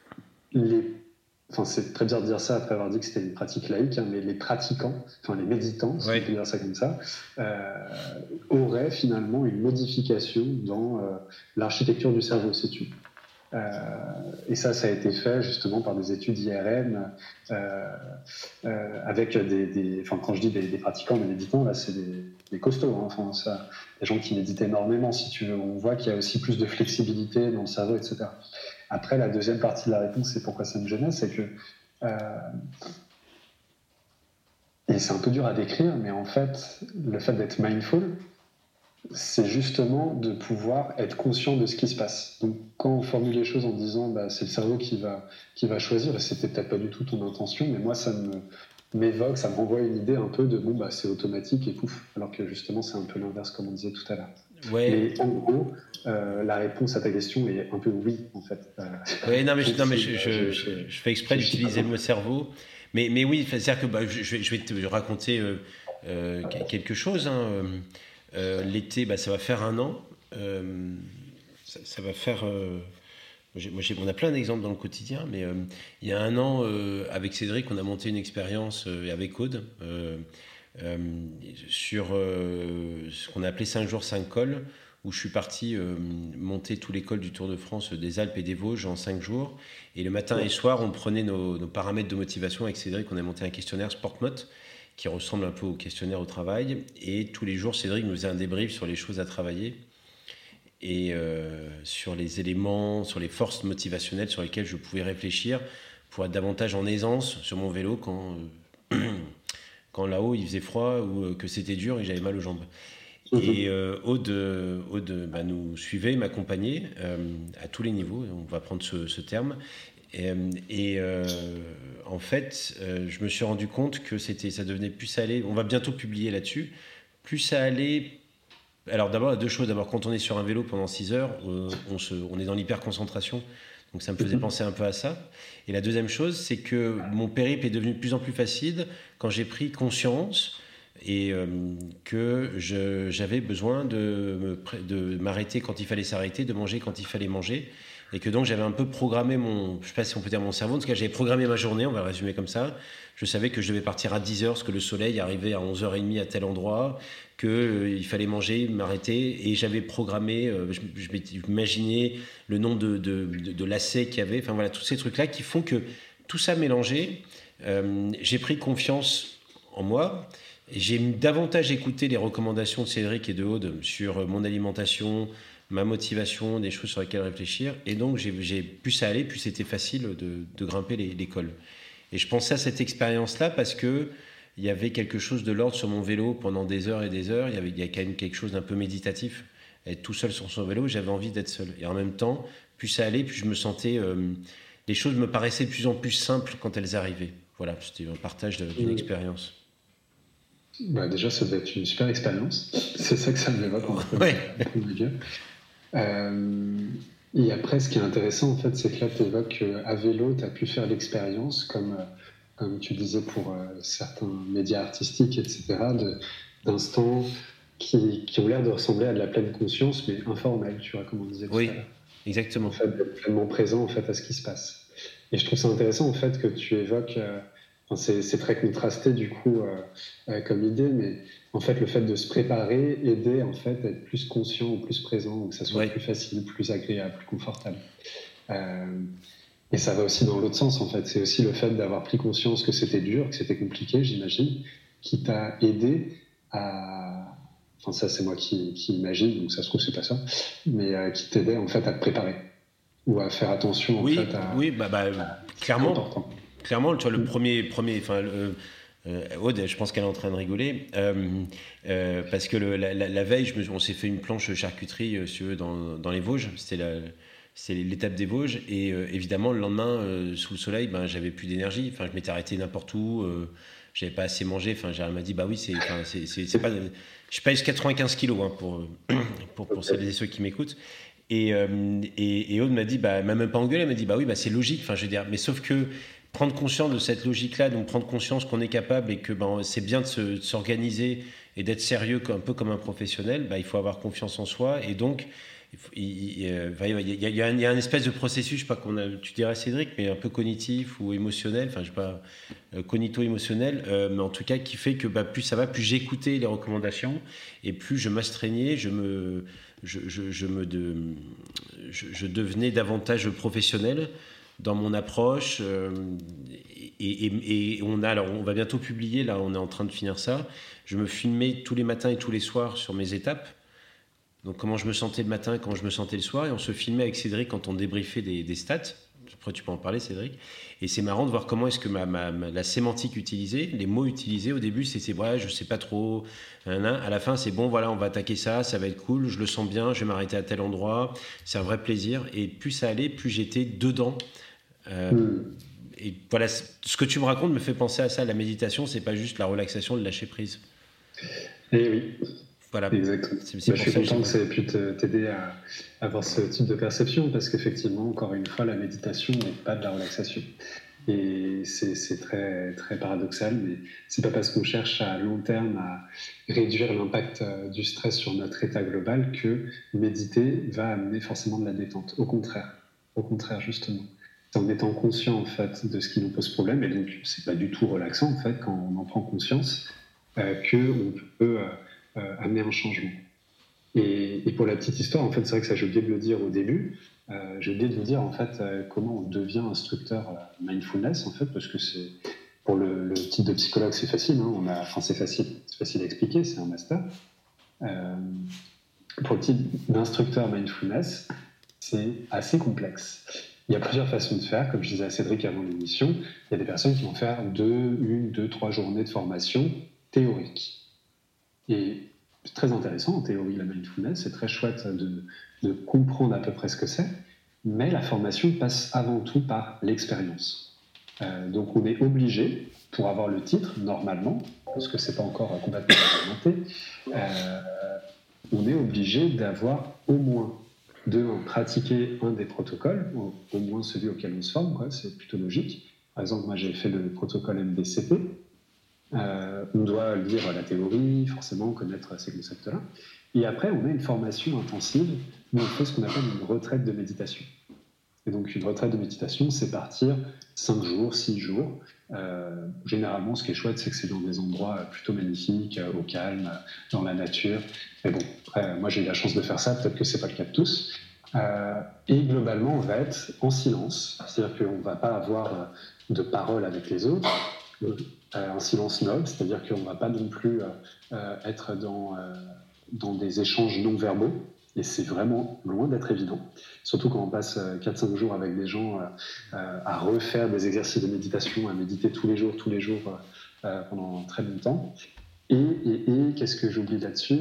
c'est très bien de dire ça après avoir dit que c'était une pratique laïque, mais les pratiquants, les méditants, si on peut dire ça comme ça, auraient finalement une modification dans l'architecture du cerveau, si tu veux. Et ça a été fait justement par des études IRM avec quand je dis des pratiquants, des méditants, là c'est des costauds, des gens qui méditent énormément, si tu veux. On voit qu'il y a aussi plus de flexibilité dans le cerveau, etc. Après, la deuxième partie de la réponse, c'est pourquoi ça me gênait, c'est que et c'est un peu dur à décrire, mais en fait, le fait d'être mindful, c'est justement de pouvoir être conscient de ce qui se passe. Donc, quand on formule les choses en disant c'est le cerveau qui va choisir, c'était peut-être pas du tout ton intention, mais moi, ça m'évoque, ça me renvoie une idée un peu de c'est automatique et pouf. Alors que justement, c'est un peu l'inverse, comme on disait tout à l'heure. Ouais. Mais en gros, la réponse à ta question est un peu oui, en fait. Je fais exprès d'utiliser le cerveau. Mais oui, c'est-à-dire que je vais te raconter quelque chose. L'été, ça va faire 1 an. Ça va faire... on a plein d'exemples dans le quotidien, mais il y a 1 an, avec Cédric, on a monté une expérience avec Aude sur ce qu'on a appelé 5 jours, 5 cols, où je suis parti monter tous les cols du Tour de France des Alpes et des Vosges en 5 jours. Et le matin et soir, on prenait nos paramètres de motivation avec Cédric. On a monté un questionnaire SportMote qui ressemble un peu au questionnaire au travail. Et tous les jours, Cédric nous faisait un débrief sur les choses à travailler et sur les éléments, sur les forces motivationnelles sur lesquelles je pouvais réfléchir pour être davantage en aisance sur mon vélo quand là-haut il faisait froid ou que c'était dur et j'avais mal aux jambes. Et Aude nous suivait, m'accompagnait à tous les niveaux, on va prendre ce terme. En fait, je me suis rendu compte que ça devenait plus ça allait. On va bientôt publier là-dessus. Plus ça allait. Alors d'abord, il y a deux choses. D'abord, quand on est sur un vélo pendant 6 heures, on est dans l'hyper-concentration. Donc ça me faisait penser un peu à ça. Et la deuxième chose, c'est que mon périple est devenu de plus en plus facile quand j'ai pris conscience et que j'avais besoin de m'arrêter quand il fallait s'arrêter, de manger quand il fallait manger. Et que donc j'avais un peu programmé je ne sais pas si on peut dire mon cerveau, en tout cas j'avais programmé ma journée, on va le résumer comme ça. Je savais que je devais partir à 10h, parce que le soleil arrivait à 11h30 à tel endroit, qu'il fallait manger, m'arrêter, et j'avais programmé, je m'imaginais le nombre de lacets qu'il y avait, enfin voilà, tous ces trucs-là qui font que tout ça mélangé, j'ai pris confiance en moi, et j'ai davantage écouté les recommandations de Cédric et de Aude sur mon alimentation, ma motivation, des choses sur lesquelles réfléchir. Et donc, plus ça allait, plus c'était facile de grimper les cols. Et je pensais à cette expérience-là parce qu'il y avait quelque chose de l'ordre sur mon vélo pendant des heures et des heures. Il y a quand même quelque chose d'un peu méditatif. Être tout seul sur son vélo, j'avais envie d'être seul. Et en même temps, plus ça allait, plus je me sentais... les choses me paraissaient de plus en plus simples quand elles arrivaient. Voilà, c'était un partage d'une expérience. Déjà, ça devait être une super expérience. C'est ça que ça m'évoque. Et après, ce qui est intéressant, en fait, c'est que là, tu évoques qu'à vélo, tu as pu faire l'expérience, comme tu disais pour certains médias artistiques, etc., d'instants qui ont l'air de ressembler à de la pleine conscience, mais informelle, tu vois, comme on disait tout à l'heure. Exactement. En fait, d'être pleinement présent, en fait, à ce qui se passe. Et je trouve ça intéressant, en fait, que tu évoques... c'est très contrasté, du coup, comme idée, mais... En fait, le fait de se préparer, aider en fait à être plus conscient ou plus présent, ou que ça soit plus facile, plus agréable, plus confortable. Et ça va aussi dans l'autre sens, en fait. C'est aussi le fait d'avoir pris conscience que c'était dur, que c'était compliqué, j'imagine, qui t'a aidé à... Enfin, ça, c'est moi qui imagine, donc ça se trouve, c'est pas ça, mais qui t'aidait en fait à te préparer ou à faire attention en fait à... clairement. Clairement, tu vois, le premier Aude, je pense qu'elle est en train de rigoler, parce que la veille, on s'est fait une planche charcuterie dans les Vosges, c'est l'étape des Vosges, et évidemment le lendemain, sous le soleil, j'avais plus d'énergie, je m'étais arrêté n'importe où, j'avais pas assez mangé, elle m'a dit bah oui, c'est pas, je pèse 95 kilos pour celles et ceux qui m'écoutent. Et Aude m'a dit, elle m'a même pas engueulé, elle m'a dit, bah oui, c'est logique, je veux dire, mais sauf que prendre conscience de cette logique-là, donc prendre conscience qu'on est capable et que c'est bien de s'organiser et d'être sérieux un peu comme un professionnel, il faut avoir confiance en soi, et donc il y a une espèce de processus, je sais pas tu dirais Cédric, mais un peu cognitif ou émotionnel, je sais pas, cognito-émotionnel, mais en tout cas qui fait que plus ça va, plus j'écoutais les recommandations et plus je m'astreignais, je devenais davantage professionnel dans mon approche, et on va bientôt publier, là on est en train de finir ça, je me filmais tous les matins et tous les soirs sur mes étapes, donc comment je me sentais le matin, comment je me sentais le soir, et on se filmait avec Cédric quand on débriefait des stats. Après tu peux en parler, Cédric, et c'est marrant de voir comment est-ce que la sémantique utilisée, les mots utilisés au début c'est je sais pas trop, à la fin c'est bon, voilà, on va attaquer ça va être cool, je le sens bien, je vais m'arrêter à tel endroit, c'est un vrai plaisir, et plus ça allait, plus j'étais dedans. Et voilà, ce que tu me racontes me fait penser à ça. La méditation, c'est pas juste la relaxation, le lâcher prise. Et oui, voilà. Exactement. Je suis content que ça ait pu t'aider à avoir ce type de perception, parce qu'effectivement, encore une fois, la méditation n'est pas de la relaxation. Et c'est très, très paradoxal, mais c'est pas parce qu'on cherche à long terme à réduire l'impact du stress sur notre état global que méditer va amener forcément de la détente. Au contraire, justement. C'est en étant conscient en fait de ce qui nous pose problème, et donc c'est pas du tout relaxant en fait quand on en prend conscience, qu'on peut amener un changement. Et pour la petite histoire, en fait, c'est vrai que ça j'ai oublié de le dire au début. J'ai oublié de vous dire en fait comment on devient instructeur mindfulness en fait, parce que c'est pour le type de psychologue c'est facile, c'est facile à expliquer, c'est un master. Pour le type d'instructeur mindfulness, c'est assez complexe. Il y a plusieurs façons de faire, comme je disais à Cédric avant l'émission. Il y a des personnes qui vont faire 1, 2, 3 journées de formation théorique. Et c'est très intéressant en théorie la mindfulness, c'est très chouette de comprendre à peu près ce que c'est, mais la formation passe avant tout par l'expérience. Donc on est obligé, pour avoir le titre, normalement, parce que c'est pas encore complètement réglementé, on est obligé d'avoir au moins pratiquer un des protocoles, au moins celui auquel on se forme, c'est plutôt logique. Par exemple, moi j'ai fait le protocole MBCP. On doit lire la théorie, forcément connaître ces concepts-là. Et après, on a une formation intensive où on fait ce qu'on appelle une retraite de méditation. Et donc une retraite de méditation, c'est partir 5 jours, 6 jours. Généralement, ce qui est chouette, c'est que c'est dans des endroits plutôt magnifiques, au calme, dans la nature. Mais bon, après, moi j'ai eu la chance de faire ça, peut-être que c'est pas le cas de tous. Et globalement, on va être en silence, c'est-à-dire qu'on ne va pas avoir de parole avec les autres, un silence noble, c'est-à-dire qu'on ne va pas non plus être dans des échanges non verbaux. Et c'est vraiment loin d'être évident. Surtout quand on passe 4-5 jours avec des gens à refaire des exercices de méditation, à méditer tous les jours, pendant très longtemps. Et qu'est-ce que j'oublie là-dessus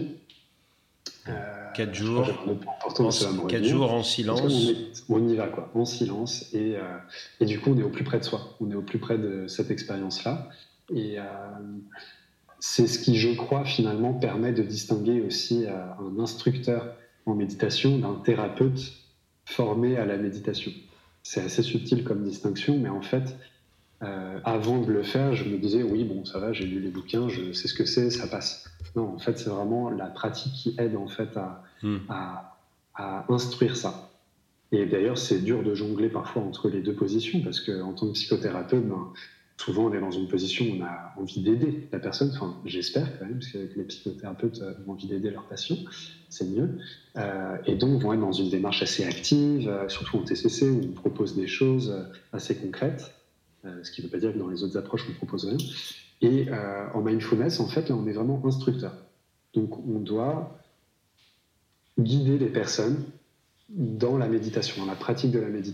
4 jours, 4 jours en silence. On y va, en silence. Et du coup, on est au plus près de soi. On est au plus près de cette expérience-là. Et c'est ce qui, je crois, finalement, permet de distinguer aussi un instructeur en méditation d'un thérapeute formé à la méditation. C'est assez subtil comme distinction, mais en fait, avant de le faire, je me disais, oui, bon, ça va, j'ai lu les bouquins, je sais ce que c'est, ça passe. Non, en fait, c'est vraiment la pratique qui aide en fait à instruire ça. Et d'ailleurs, c'est dur de jongler parfois entre les deux positions, parce qu'en tant que psychothérapeute, souvent on est dans une position où on a envie d'aider la personne, enfin j'espère quand même, parce que les psychothérapeutes ont envie d'aider leurs patients, c'est mieux, et donc vont être dans une démarche assez active, surtout en TCC où on propose des choses assez concrètes, ce qui ne veut pas dire que dans les autres approches on ne propose rien, et en mindfulness en fait là on est vraiment instructeur, donc on doit guider les personnes dans la méditation, dans la pratique de la méditation.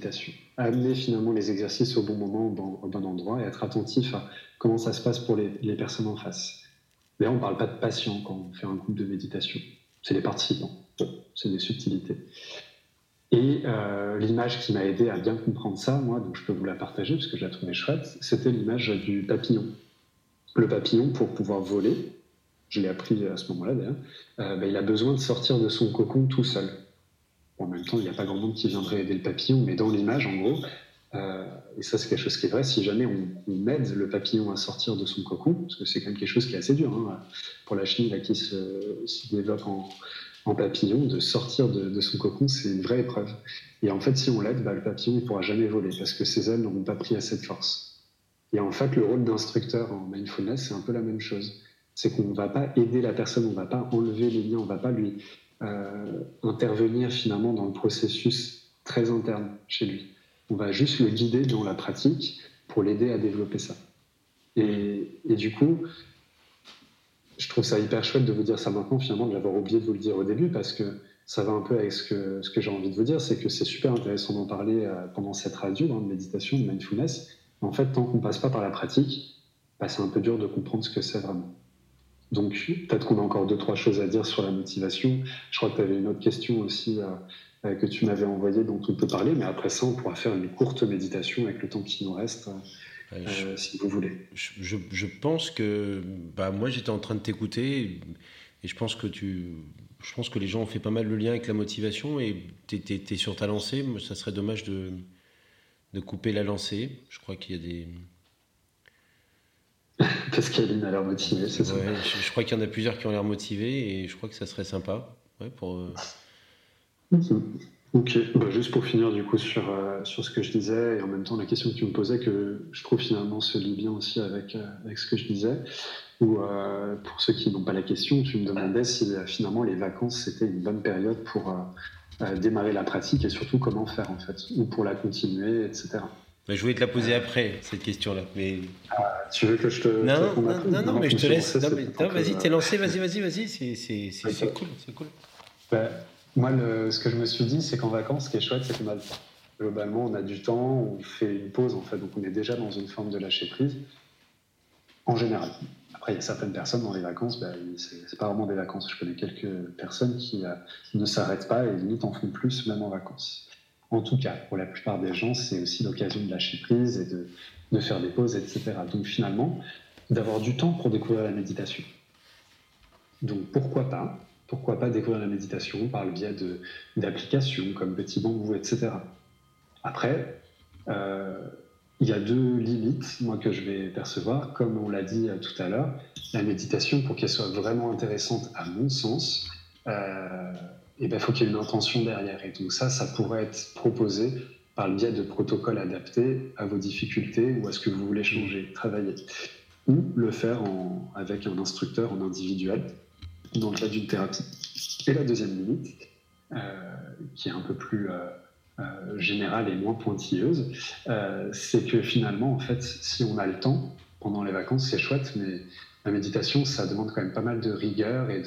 amener finalement les exercices au bon moment, au bon endroit, et être attentif à comment ça se passe pour les personnes en face. D'ailleurs, on ne parle pas de patients quand on fait un groupe de méditation. C'est les participants. C'est des subtilités. Et l'image qui m'a aidé à bien comprendre ça, moi, donc je peux vous la partager parce que je la trouvais chouette, c'était l'image du papillon. Le papillon, pour pouvoir voler, je l'ai appris à ce moment-là d'ailleurs, il a besoin de sortir de son cocon tout seul. Bon, en même temps, il n'y a pas grand monde qui viendrait aider le papillon, mais dans l'image, en gros, et ça c'est quelque chose qui est vrai, si jamais on aide le papillon à sortir de son cocon, parce que c'est quand même quelque chose qui est assez dur, pour la chenille là, qui se développe en papillon, de sortir de son cocon, c'est une vraie épreuve. Et en fait, si on l'aide, le papillon ne pourra jamais voler, parce que ses ailes n'auront pas pris assez de force. Et en fait, le rôle d'instructeur en mindfulness, c'est un peu la même chose. C'est qu'on ne va pas aider la personne, on ne va pas enlever les liens, on ne va pas lui intervenir finalement dans le processus très interne chez lui. On va juste le guider dans la pratique pour l'aider à développer ça. Et du coup, je trouve ça hyper chouette de vous dire ça maintenant, finalement, de l'avoir oublié de vous le dire au début, parce que ça va un peu avec ce que j'ai envie de vous dire, c'est que c'est super intéressant d'en parler pendant cette radio de méditation, de mindfulness. Mais en fait, tant qu'on ne passe pas par la pratique, c'est un peu dur de comprendre ce que c'est vraiment. Donc, peut-être qu'on a encore 2-3 choses à dire sur la motivation. Je crois que tu avais une autre question aussi que tu m'avais envoyée dont on peut parler, mais après ça, on pourra faire une courte méditation avec le temps qui nous reste, si vous voulez. Je pense que moi, j'étais en train de t'écouter et je pense que les gens ont fait pas mal le lien avec la motivation et t'es sur ta lancée. Ça serait dommage de couper la lancée. Je crois qu'il y a des... Parce qu'Aline a l'air motivée, c'est ça. Je crois qu'il y en a plusieurs qui ont l'air motivés et je crois que ça serait sympa. Ok, juste pour finir du coup sur ce que je disais et en même temps la question que tu me posais que je trouve finalement se lie bien aussi avec ce que je disais, ou pour ceux qui n'ont pas la question, tu me demandais si finalement les vacances c'était une bonne période pour démarrer la pratique et surtout comment faire en fait, ou pour la continuer, etc. Je voulais te la poser après, cette question-là. Mais... tu veux que je te... Non, mais je te laisse. Vas-y, t'es lancé, vas-y. C'est cool, c'est cool. Moi, ce que je me suis dit, c'est qu'en vacances, ce qui est chouette, c'est qu'on a le temps. Globalement, on a du temps, on fait une pause, en fait, donc on est déjà dans une forme de lâcher-prise, en général. Après, il y a certaines personnes dans les vacances, c'est pas vraiment des vacances. Je connais quelques personnes qui ne s'arrêtent pas et limite en font plus, même en vacances. En tout cas, pour la plupart des gens, c'est aussi l'occasion de lâcher prise et de faire des pauses, etc. Donc finalement, d'avoir du temps pour découvrir la méditation. Donc pourquoi pas découvrir la méditation par le biais d'applications comme Petit Bambou, etc. Après, il y a 2 limites, moi, que je vais percevoir. Comme on l'a dit tout à l'heure, la méditation, pour qu'elle soit vraiment intéressante à mon sens, faut qu'il y ait une intention derrière. Et donc ça pourrait être proposé par le biais de protocoles adaptés à vos difficultés ou à ce que vous voulez changer, travailler. Ou le faire avec un instructeur en individuel, dans le cadre d'une thérapie. Et la deuxième limite, qui est un peu plus générale et moins pointilleuse, c'est que finalement, en fait, si on a le temps, pendant les vacances, c'est chouette, mais la méditation, ça demande quand même pas mal de rigueur et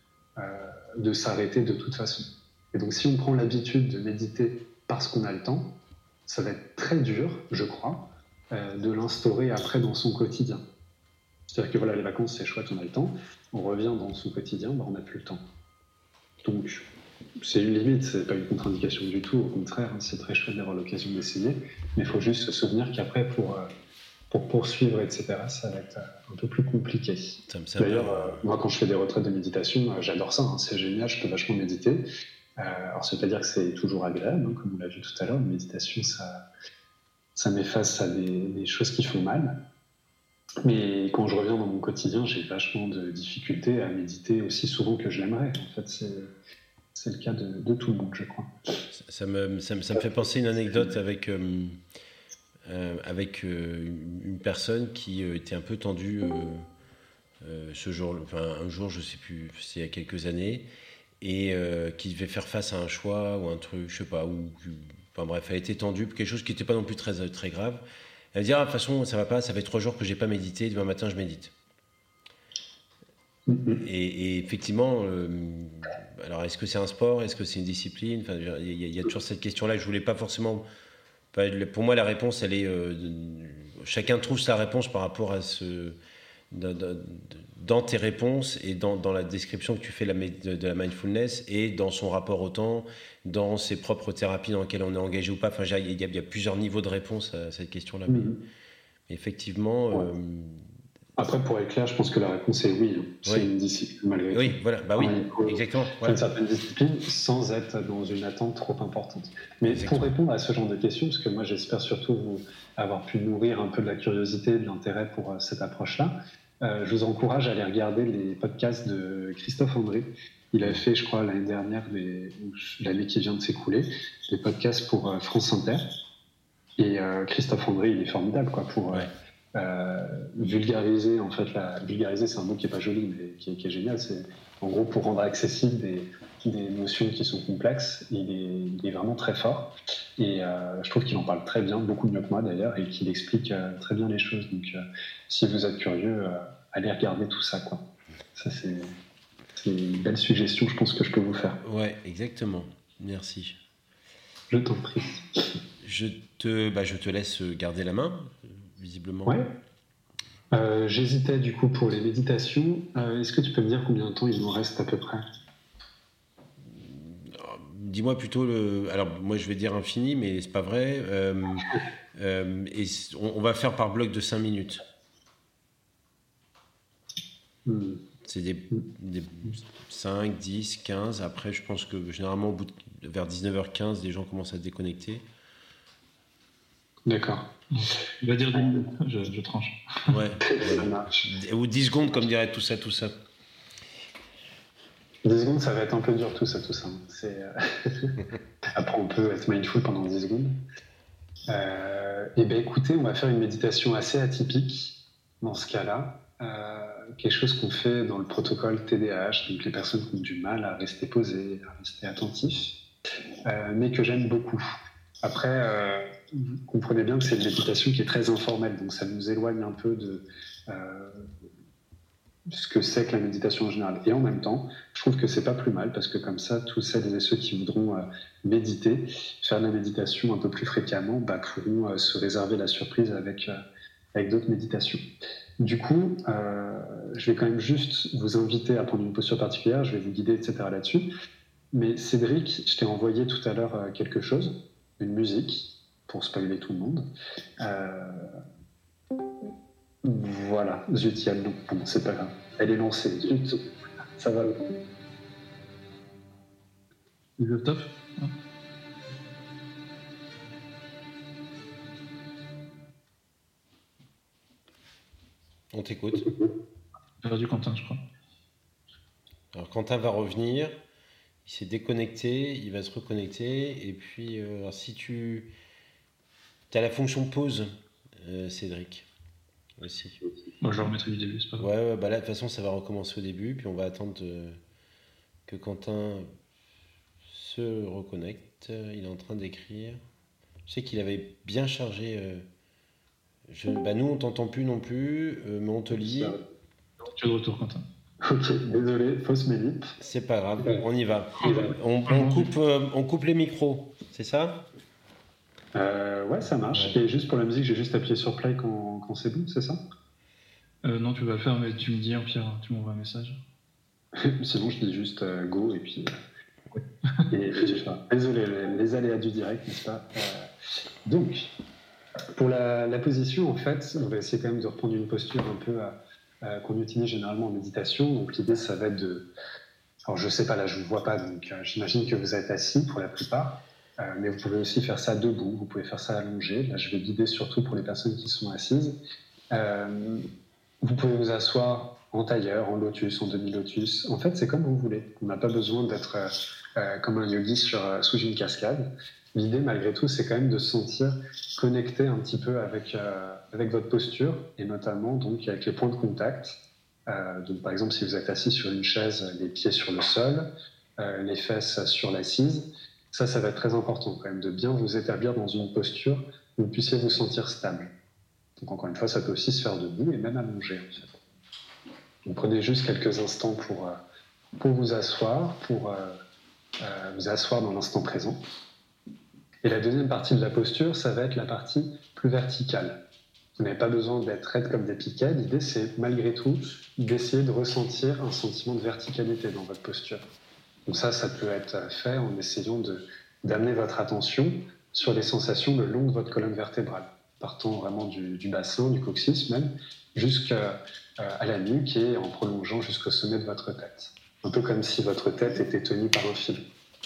de s'arrêter de toute façon. Et donc, si on prend l'habitude de méditer parce qu'on a le temps, ça va être très dur, je crois, de l'instaurer après dans son quotidien. C'est-à-dire que les vacances, c'est chouette, on a le temps. On revient dans son quotidien, on n'a plus le temps. Donc, c'est une limite, c'est pas une contre-indication du tout. Au contraire, c'est très chouette d'avoir l'occasion d'essayer. Mais il faut juste se souvenir qu'après, pour poursuivre, etc., ça va être un peu plus compliqué. D'ailleurs, moi, quand je fais des retraites de méditation, j'adore ça. C'est génial, je peux vachement méditer. Alors, ça veut pas dire que c'est toujours agréable, comme on l'a vu tout à l'heure. La méditation, ça met face à des choses qui font mal. Mais quand je reviens dans mon quotidien, j'ai vachement de difficultés à méditer aussi souvent que je l'aimerais. En fait, c'est le cas de tout le monde, je crois. Ça me fait penser une anecdote avec une personne qui était un peu tendue ce jour, un jour, je sais plus, c'est il y a quelques années, et qui devait faire face à un choix ou un truc, je sais pas, bref, elle était tendue, quelque chose qui n'était pas non plus très, très grave. Elle va dire, de toute façon, ça va pas, ça fait 3 jours que j'ai pas médité, demain matin, je médite. Et effectivement, alors est-ce que c'est un sport, est-ce que c'est une discipline? Il y a toujours cette question-là. Je voulais pas forcément Pour moi, la réponse, elle est. Chacun trouve sa réponse par rapport à dans tes réponses et dans la description que tu fais de la mindfulness et dans son rapport au temps, dans ses propres thérapies dans lesquelles on est engagé ou pas. Enfin, il y a plusieurs niveaux de réponse à cette question-là. Mais effectivement. Ouais. Après, pour être clair, je pense que la réponse est oui. C'est une discipline malgré tout. Oui, voilà. Bah oui, exactement. Une certaine discipline sans être dans une attente trop importante. Mais pour répondre à ce genre de questions, parce que moi j'espère surtout vous avoir pu nourrir un peu de la curiosité et de l'intérêt pour cette approche-là, je vous encourage à aller regarder les podcasts de Christophe André. Il a fait, je crois, l'année dernière, l'année qui vient de s'écouler, des podcasts pour France Inter. Et Christophe André, il est formidable pour vulgariser. En fait, vulgariser, c'est un mot qui n'est pas joli, mais qui est génial. C'est en gros pour rendre accessible des notions qui sont complexes. Il est vraiment très fort. Et je trouve qu'il en parle très bien, beaucoup mieux que moi d'ailleurs, et qu'il explique très bien les choses. Donc, si vous êtes curieux, allez regarder tout ça. Ça, c'est une belle suggestion, je pense, que je peux vous faire. Ouais, exactement. Merci. Je t'en prie. Je te laisse garder la main, visiblement. Ouais. J'hésitais du coup pour les méditations. Est-ce que tu peux me dire combien de temps il nous reste à peu près ? Dis-moi plutôt Alors, moi, je vais dire infini, mais c'est pas vrai. Et on va faire par bloc de 5 minutes. C'est des 5, 10, 15. Après, je pense que généralement, vers 19h15, les gens commencent à déconnecter. D'accord. Il va dire 10 minutes, je tranche. Ouais. Ou 10 secondes, comme dirait tout ça. 10 secondes, ça va être un peu dur, tout ça. Après, on peut être mindful pendant 10 secondes. Et bien, écoutez, on va faire une méditation assez atypique dans ce cas-là. Quelque chose qu'on fait dans le protocole TDAH, donc les personnes qui ont du mal à rester posées, à rester attentifs, mais que j'aime beaucoup. Après, comprenez bien que c'est une méditation qui est très informelle, donc ça nous éloigne un peu de ce que c'est que la méditation en général. Et en même temps, je trouve que c'est pas plus mal, parce que comme ça, tous celles et ceux qui voudront méditer, faire de la méditation un peu plus fréquemment, pourront se réserver la surprise avec d'autres méditations. Du coup, je vais quand même juste vous inviter à prendre une posture particulière, je vais vous guider, etc. là-dessus. Mais Cédric, je t'ai envoyé tout à l'heure quelque chose, une musique, pour spoiler tout le monde. Voilà, zut, il y a le nom. Bon, c'est pas grave. Elle est lancée. Zut, ça va. Le top. On t'écoute. J'ai perdu Quentin, je crois. Alors, Quentin va revenir. Il s'est déconnecté. Il va se reconnecter. Et puis, si tu as la fonction pause, Cédric, aussi. Moi, je le remettrai du début, c'est pas grave. Ouais, là, de toute façon, ça va recommencer au début. Puis, on va attendre que Quentin se reconnecte. Il est en train d'écrire. Je sais qu'il avait bien chargé... nous, on t'entend plus non plus, mais on te lit. Tu es de retour, Quentin. Ok, désolé, fausse mélite. C'est pas grave, on y va. On coupe les micros, c'est ça ? Ouais, ça marche. Ouais. Et juste pour la musique, j'ai juste appuyé sur play quand c'est bon, c'est ça ? Non, tu vas le faire, mais tu me dis, en pire, tu m'envoies un message. Sinon, je dis juste go et puis... Désolé, les aléas du direct, n'est-ce pas ? Donc, pour la position, en fait, on va essayer quand même de reprendre une posture un peu qu'on utilise généralement en méditation. Donc, l'idée, ça va être de... Alors, je sais pas, là, je vous vois pas, donc j'imagine que vous êtes assis pour la plupart, mais vous pouvez aussi faire ça debout, vous pouvez faire ça allongé. Là, je vais guider surtout pour les personnes qui sont assises. Vous pouvez vous asseoir en tailleur, en lotus, en demi-lotus. En fait, c'est comme vous voulez. On n'a pas besoin d'être comme un yogi sous une cascade. L'idée, malgré tout, c'est quand même de se sentir connecté un petit peu avec votre posture, et notamment donc, avec les points de contact. Donc, par exemple, si vous êtes assis sur une chaise, les pieds sur le sol, les fesses sur l'assise, ça va être très important quand même, de bien vous établir dans une posture où vous puissiez vous sentir stable. Donc, encore une fois, ça peut aussi se faire debout et même allongé, en fait. Donc, prenez juste quelques instants pour vous asseoir, pour vous asseoir dans l'instant présent. Et la deuxième partie de la posture, ça va être la partie plus verticale. Vous n'avez pas besoin d'être raide comme des piquets. L'idée, c'est malgré tout d'essayer de ressentir un sentiment de verticalité dans votre posture. Donc ça peut être fait en essayant d'amener votre attention sur les sensations le long de votre colonne vertébrale, partant vraiment du bassin, du coccyx même, jusqu'à la nuque et en prolongeant jusqu'au sommet de votre tête. Un peu comme si votre tête était tenue par un fil.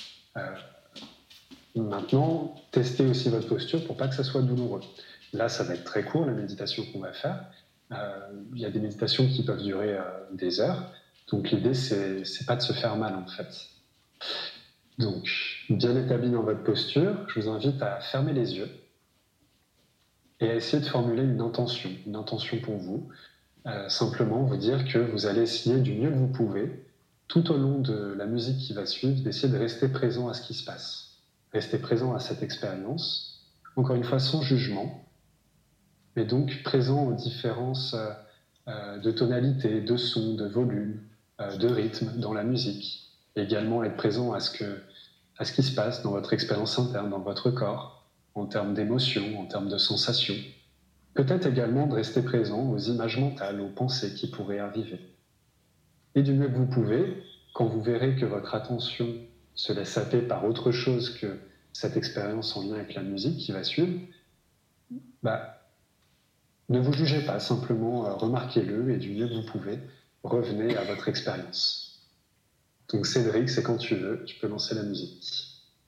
Maintenant, testez aussi votre posture pour pas que ça soit douloureux. Là, ça va être très court, la méditation qu'on va faire. Il y a des méditations qui peuvent durer des heures. Donc l'idée, c'est pas de se faire mal, en fait. Donc, bien établi dans votre posture, je vous invite à fermer les yeux et à essayer de formuler une intention pour vous. Simplement vous dire que vous allez essayer du mieux que vous pouvez, tout au long de la musique qui va suivre, d'essayer de rester présent à ce qui se passe. Rester présent à cette expérience, encore une fois sans jugement, mais donc présent aux différences de tonalité, de son, de volume, de rythme dans la musique. Et également être présent à ce qui se passe dans votre expérience interne, dans votre corps, en termes d'émotions, en termes de sensations. Peut-être également de rester présent aux images mentales, aux pensées qui pourraient arriver. Et du mieux que vous pouvez, quand vous verrez que votre attention se laisse happer par autre chose que cette expérience en lien avec la musique qui va suivre, ne vous jugez pas, simplement remarquez-le et du mieux que vous pouvez, revenez à votre expérience. Donc Cédric, c'est quand tu veux, tu peux lancer la musique.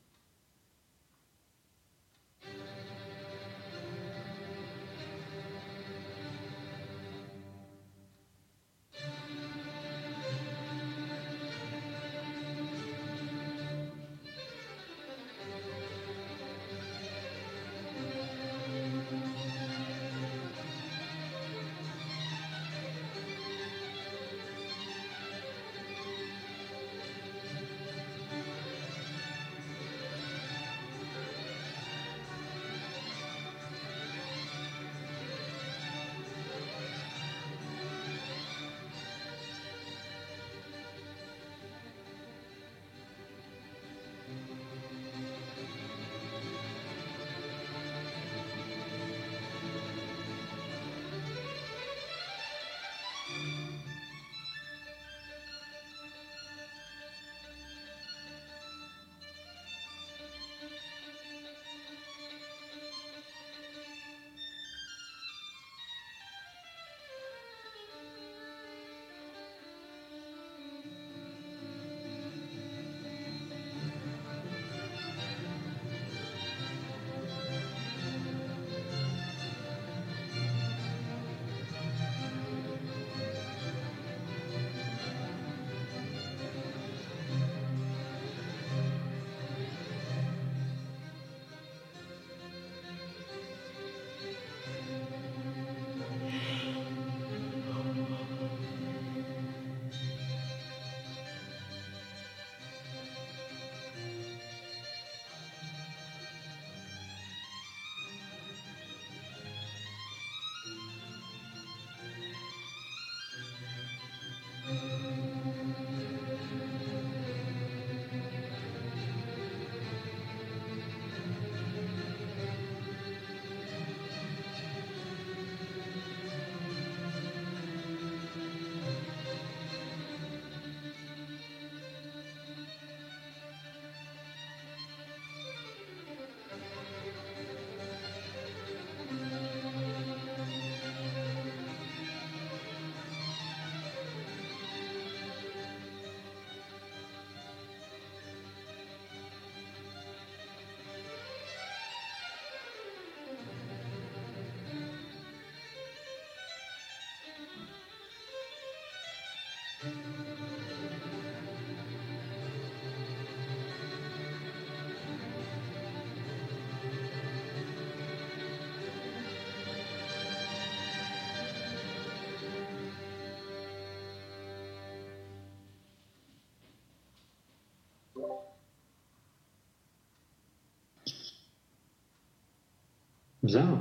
Bien.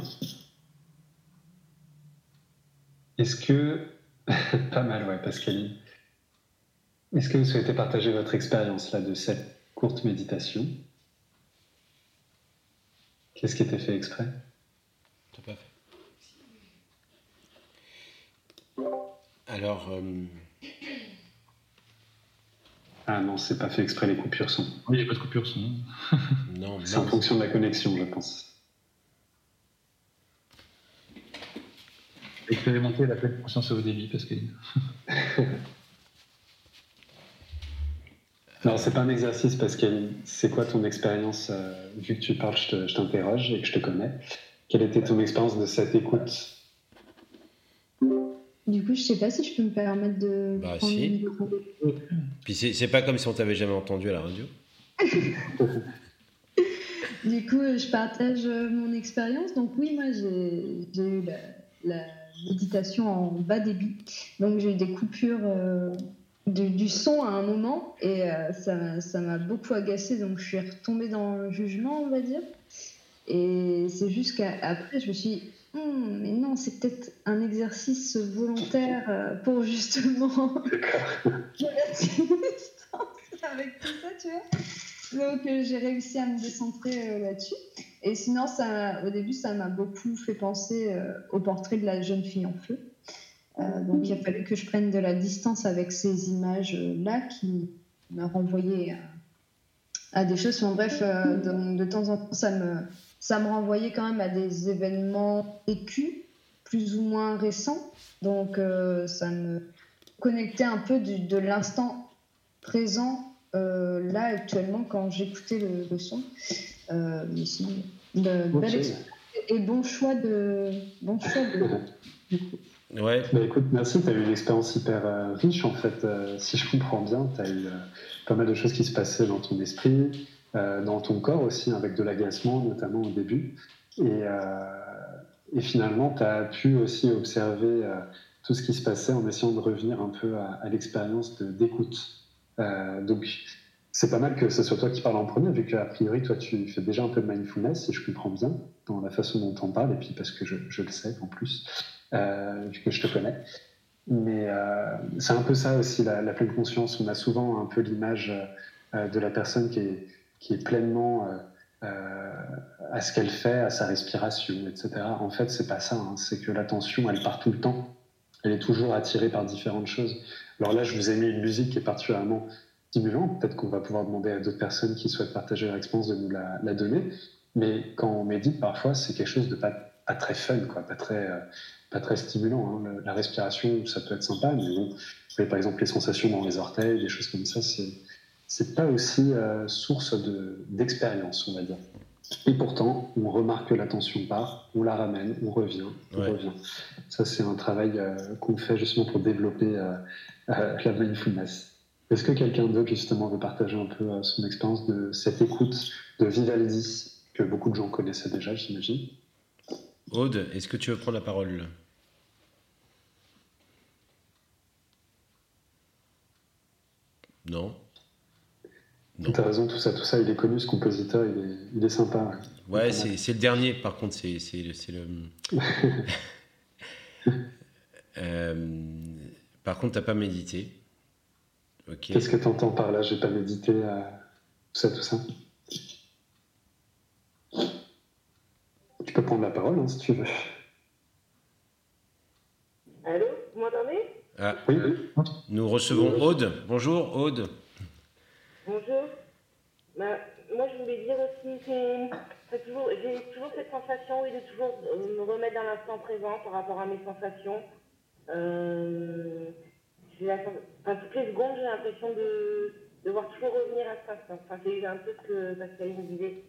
Est-ce que... Pas mal, ouais, Pascaline. Est-ce que vous souhaitez partager votre expérience là de cette courte méditation ? Qu'est-ce qui était fait exprès? T'as pas fait. Alors, Ah non, c'est pas fait exprès, les coupures sont. Oui, il n'y a pas de coupure son. non, C'est en fonction de la connexion, je pense. Expérimenter la pleine conscience au débit, Pascaline. Non, c'est pas un exercice, parce que c'est quoi ton expérience, vu que tu parles, je t'interroge et que je te connais. Quelle était ton expérience de cette écoute? Du coup, je sais pas si je peux me permettre de Bah, prendre si. le micro. Puis c'est pas comme si on t'avait jamais entendu à la radio. Du coup, je partage mon expérience. Donc oui, moi, j'ai eu la méditation en bas débit. Donc j'ai eu des coupures du son à un moment et ça m'a beaucoup agacée. Donc je suis retombée dans le jugement, on va dire. Et c'est juste qu'après, je me suis dit, mais non, c'est peut-être un exercice volontaire pour justement relaxer mes sens avec tout ça, tu vois. Donc j'ai réussi à me décentrer là-dessus. Et sinon, au début, ça m'a beaucoup fait penser au portrait de la jeune fille en feu. Donc il a fallu que je prenne de la distance avec ces images-là qui me renvoyaient à des choses. Enfin, bref, de temps en temps, ça me renvoyait quand même à des événements vécus, plus ou moins récents. Donc ça me connectait un peu de l'instant présent, là, actuellement, quand j'écoutais le son. Mais sinon, belle expérience et bon choix de... Ouais. Bah écoute, merci, tu as eu une expérience hyper riche en fait. Si je comprends bien, tu as eu pas mal de choses qui se passaient dans ton esprit, dans ton corps aussi, avec de l'agacement notamment au début. Et finalement, tu as pu aussi observer tout ce qui se passait en essayant de revenir un peu à l'expérience d'écoute. Donc, c'est pas mal que ce soit toi qui parles en premier, vu qu'a priori, toi, tu fais déjà un peu de mindfulness, si je comprends bien, dans la façon dont on parle, et puis parce que je le sais en plus, vu que je te connais. Mais c'est un peu ça aussi, la pleine conscience. On a souvent un peu l'image de la personne qui est pleinement à ce qu'elle fait, à sa respiration, etc. En fait, c'est pas ça. Hein. C'est que l'attention, elle part tout le temps. Elle est toujours attirée par différentes choses. Alors là, je vous ai mis une musique qui est particulièrement stimulante. Peut-être qu'on va pouvoir demander à d'autres personnes qui souhaitent partager leur expérience de nous la donner. Mais quand on médite, parfois, c'est quelque chose de pas très fun, quoi, pas très stimulant. Hein. La respiration, ça peut être sympa, mais bon, vous voyez, par exemple, les sensations dans les orteils, des choses comme ça, c'est pas aussi source d'expérience, on va dire. Et pourtant, on remarque que l'attention part, on la ramène, on revient, on revient. Ça, c'est un travail qu'on fait justement pour développer la mindfulness. Est-ce que quelqu'un d'autre, justement, veut partager un peu son expérience de cette écoute de Vivaldi, que beaucoup de gens connaissaient déjà, j'imagine? Aude, est-ce que tu veux prendre la parole? Non. Tu as raison, tout ça, il est connu, ce compositeur, il est sympa. Ouais, c'est le dernier, par contre, c'est le... Par contre, t'as pas médité. Okay. Qu'est-ce que tu entends par là? J'ai pas médité, tout ça. Tu peux prendre la parole, hein, si tu veux. Allô, vous m'entendez? Ah, oui. Nous recevons Aude. Bonjour, Aude. Bonjour. Bah, moi, je voulais dire aussi que j'ai toujours cette sensation de toujours me remettre dans l'instant présent par rapport à mes sensations. Toutes les secondes, j'ai l'impression de devoir toujours revenir à cet instant. Enfin, c'est un peu ce que Pascaline me disait.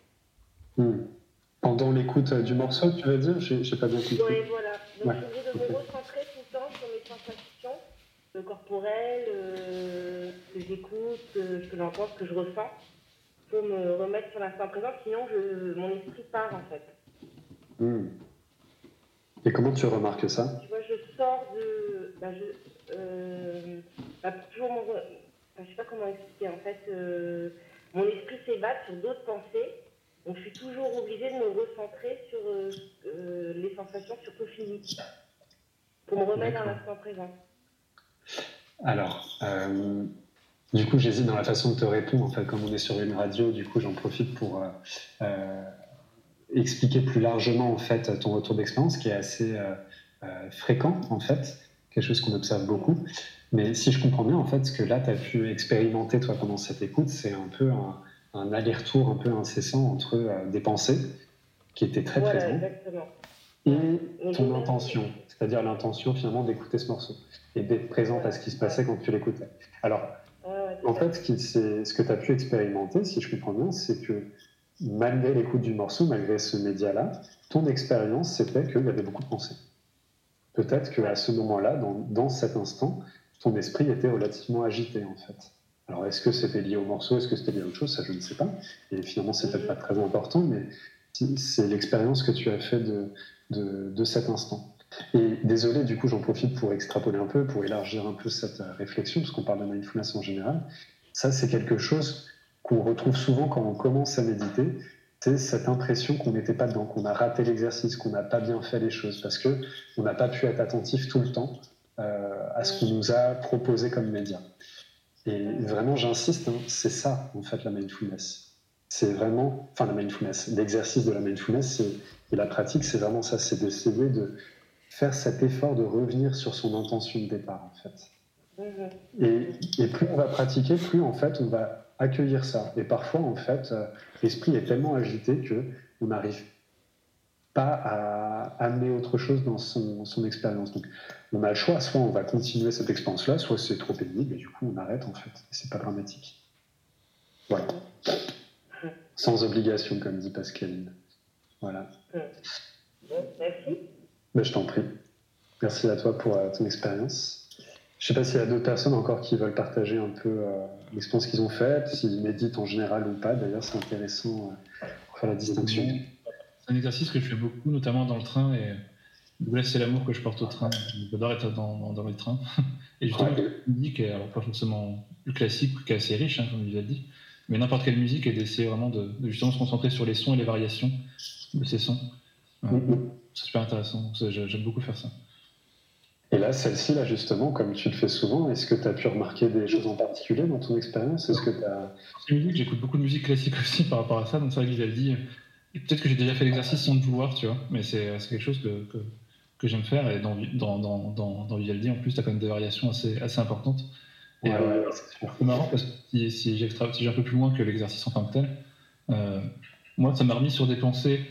Pendant l'écoute du morceau, tu veux dire? J'ai pas bien compris. Oui, voilà. Donc, je suis obligée de me recentrer tout le temps sur mes sensations corporelles, que j'écoute, que j'entends, que je ressens, pour me remettre sur l'instant présent. Sinon, mon esprit part, en fait. Et comment tu remarques ça? Tu vois, je sors de... toujours je sais pas comment expliquer. En fait, mon esprit s'évade sur d'autres pensées. Donc, je suis toujours obligée de me recentrer sur les sensations, surtout physiques, pour me remettre dans l'instant présent. Alors, du coup, j'hésite dans la façon de te répondre. En fait, comme on est sur une radio, du coup, j'en profite pour expliquer plus largement en fait ton retour d'expérience qui est assez fréquent en fait, quelque chose qu'on observe beaucoup. Mais si je comprends bien, en fait, ce que là, tu as pu expérimenter, toi, pendant cette écoute, c'est un peu un aller-retour un peu incessant entre des pensées qui étaient très présentes exactement. et ton intention, c'est-à-dire l'intention, finalement, d'écouter ce morceau et d'être présente à ce qui se passait quand tu l'écoutais. Alors, en fait, ce que tu as pu expérimenter, si je comprends bien, c'est que malgré l'écoute du morceau, malgré ce média-là, ton expérience, c'était qu'il y avait beaucoup de pensées. Peut-être qu'à ce moment-là, dans cet instant, ton esprit était relativement agité, en fait. Alors, est-ce que c'était lié au morceau, est-ce que c'était lié à autre chose? Ça, je ne sais pas. Et finalement, c'est peut-être pas très important, mais c'est l'expérience que tu as fait de cet instant. Et désolé, du coup, j'en profite pour extrapoler un peu, pour élargir un peu cette réflexion, parce qu'on parle de mindfulness en général. Ça, c'est quelque chose qu'on retrouve souvent quand on commence à méditer. C'est cette impression qu'on n'était pas dedans, qu'on a raté l'exercice, qu'on n'a pas bien fait les choses, parce qu'on n'a pas pu être attentif tout le temps à ce qu'on nous a proposé comme média. Et vraiment, j'insiste, hein, c'est ça, en fait, la mindfulness. C'est vraiment, enfin, la mindfulness, l'exercice de la mindfulness et la pratique, c'est vraiment ça, c'est d'essayer de faire cet effort de revenir sur son intention de départ, en fait. Et plus on va pratiquer, plus, en fait, on va accueillir ça. Et parfois, en fait, l'esprit est tellement agité qu'on n'arrive pas à amener autre chose dans son expérience. Donc, on a le choix, soit on va continuer cette expérience-là, soit c'est trop pénible, et du coup, on arrête, en fait. Et c'est pas dramatique. Voilà. Sans obligation, comme dit Pascaline. Voilà. Merci. Ben, je t'en prie. Merci à toi pour ton expérience. Je ne sais pas s'il y a d'autres personnes encore qui veulent partager un peu l'expérience qu'ils ont faite, s'ils méditent en général ou pas. D'ailleurs, c'est intéressant pour faire la distinction. C'est un exercice que je fais beaucoup, notamment dans le train. Et là, c'est l'amour que je porte au train. J'adore être dans les trains. Et justement, une musique, alors pas forcément plus classique, qui est assez riche, hein, comme il a dit, mais n'importe quelle musique, et d'essayer vraiment de justement se concentrer sur les sons et les variations de ces sons. C'est super intéressant. J'aime beaucoup faire ça. Et là, celle-ci, là, justement, comme tu le fais souvent, est-ce que tu as pu remarquer des choses en particulier dans ton expérience? Est-ce que j'écoute beaucoup de musique classique aussi par rapport à ça, donc ça, il a dit. Et peut-être que j'ai déjà fait l'exercice sans le vouloir, tu vois, mais c'est quelque chose que j'aime faire. Et dans Vivaldi, en plus, tu as quand même des variations assez importantes. Et c'est marrant parce que si j'ai un peu plus loin que l'exercice en tant que tel, moi, ça m'a remis sur des pensées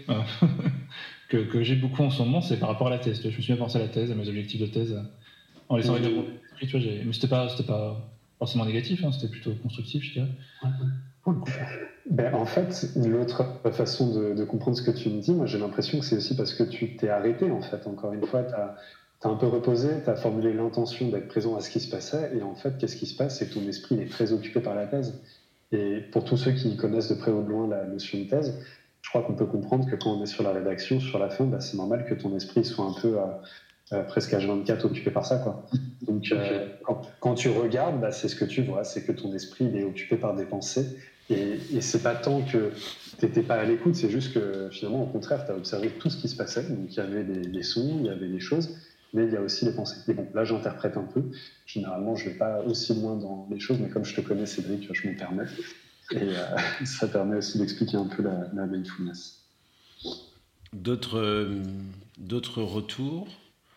que j'ai beaucoup en ce moment, c'est par rapport à la thèse. Je me suis bien pensé à la thèse, à mes objectifs de thèse, en laissant les deux. Mais c'était pas forcément négatif, hein, c'était plutôt constructif, je dirais. Pour le coup. Ben, en fait, l'autre façon de comprendre ce que tu me dis, moi j'ai l'impression que c'est aussi parce que tu t'es arrêté, en fait. Encore une fois, tu as un peu reposé, tu as formulé l'intention d'être présent à ce qui se passait, et en fait, qu'est-ce qui se passe? C'est que ton esprit est très occupé par la thèse. Et pour tous ceux qui connaissent de près ou de loin la notion de thèse, je crois qu'on peut comprendre que quand on est sur la rédaction, sur la fin, bah, c'est normal que ton esprit soit un peu presque H24 occupé par ça, quoi. Donc, quand tu regardes, bah, c'est ce que tu vois, c'est que ton esprit il est occupé par des pensées. Et c'est pas tant que tu n'étais pas à l'écoute, c'est juste que finalement, au contraire, tu as observé tout ce qui se passait. Donc, il y avait des sons, il y avait des choses, mais il y a aussi les pensées. Et bon, là, j'interprète un peu. Généralement, je ne vais pas aussi loin dans les choses, mais comme je te connais, Cédric, je me permets. Et ça permet aussi d'expliquer un peu la mindfulness. D'autres retours?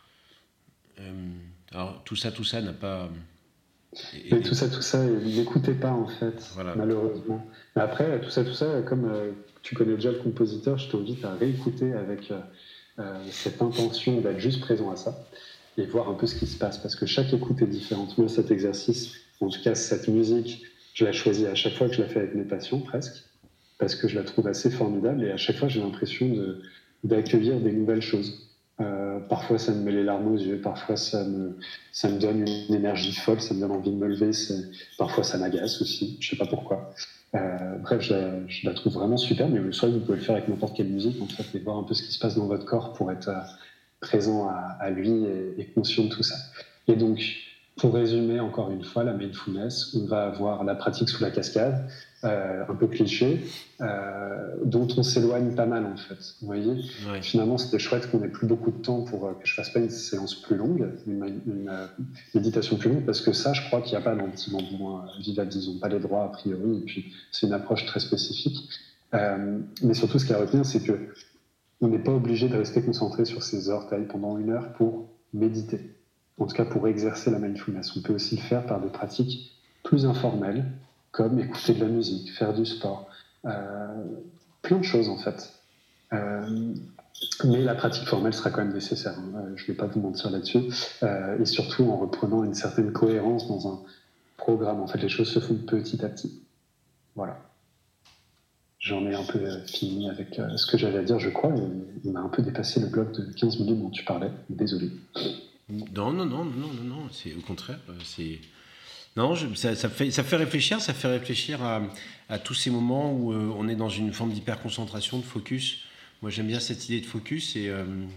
Alors, tout ça n'a pas... Et tout ça, n'écoutez pas en fait, voilà. Malheureusement. Mais après, tout ça, comme tu connais déjà le compositeur, je t'invite à réécouter avec cette intention d'être juste présent à ça et voir un peu ce qui se passe, parce que chaque écoute est différente. Moi, cet exercice, en tout cas cette musique, je la choisis à chaque fois que je la fais avec mes patients, presque, parce que je la trouve assez formidable, et à chaque fois, j'ai l'impression d'accueillir des nouvelles choses. Parfois ça me met les larmes aux yeux, parfois ça me donne une énergie folle, ça me donne envie de me lever, parfois ça m'agace aussi, je sais pas pourquoi. Bref, je la trouve vraiment super, mais soit vous pouvez le faire avec n'importe quelle musique en fait, et voir un peu ce qui se passe dans votre corps pour être présent à lui et conscient de tout ça. Et donc, pour résumer encore une fois, la mindfulness, on va avoir la pratique sous la cascade, un peu cliché, dont on s'éloigne pas mal en fait. Vous voyez, finalement, c'était chouette qu'on n'ait plus beaucoup de temps pour que je fasse pas une séance plus longue, une méditation plus longue, parce que ça, je crois qu'il n'y a pas dans le petit bambou. Vivaldi, ils n'ont pas les droits a priori, et puis c'est une approche très spécifique. Mais surtout, ce qu'il y a à retenir, c'est que on n'est pas obligé de rester concentré sur ses orteils pendant 1 heure pour méditer. En tout cas, pour exercer la mindfulness. On peut aussi le faire par des pratiques plus informelles, comme écouter de la musique, faire du sport, plein de choses en fait. Mais la pratique formelle sera quand même nécessaire. Je ne vais pas vous mentir là-dessus. Et surtout en reprenant une certaine cohérence dans un programme. En fait, les choses se font petit à petit. Voilà. J'en ai un peu fini avec ce que j'avais à dire, je crois. Et il m'a un peu dépassé le bloc de 15 minutes dont tu parlais. Désolé. Non, c'est au contraire. Non, ça fait réfléchir à tous ces moments où on est dans une forme d'hyperconcentration, de focus. Moi, j'aime bien cette idée de focus et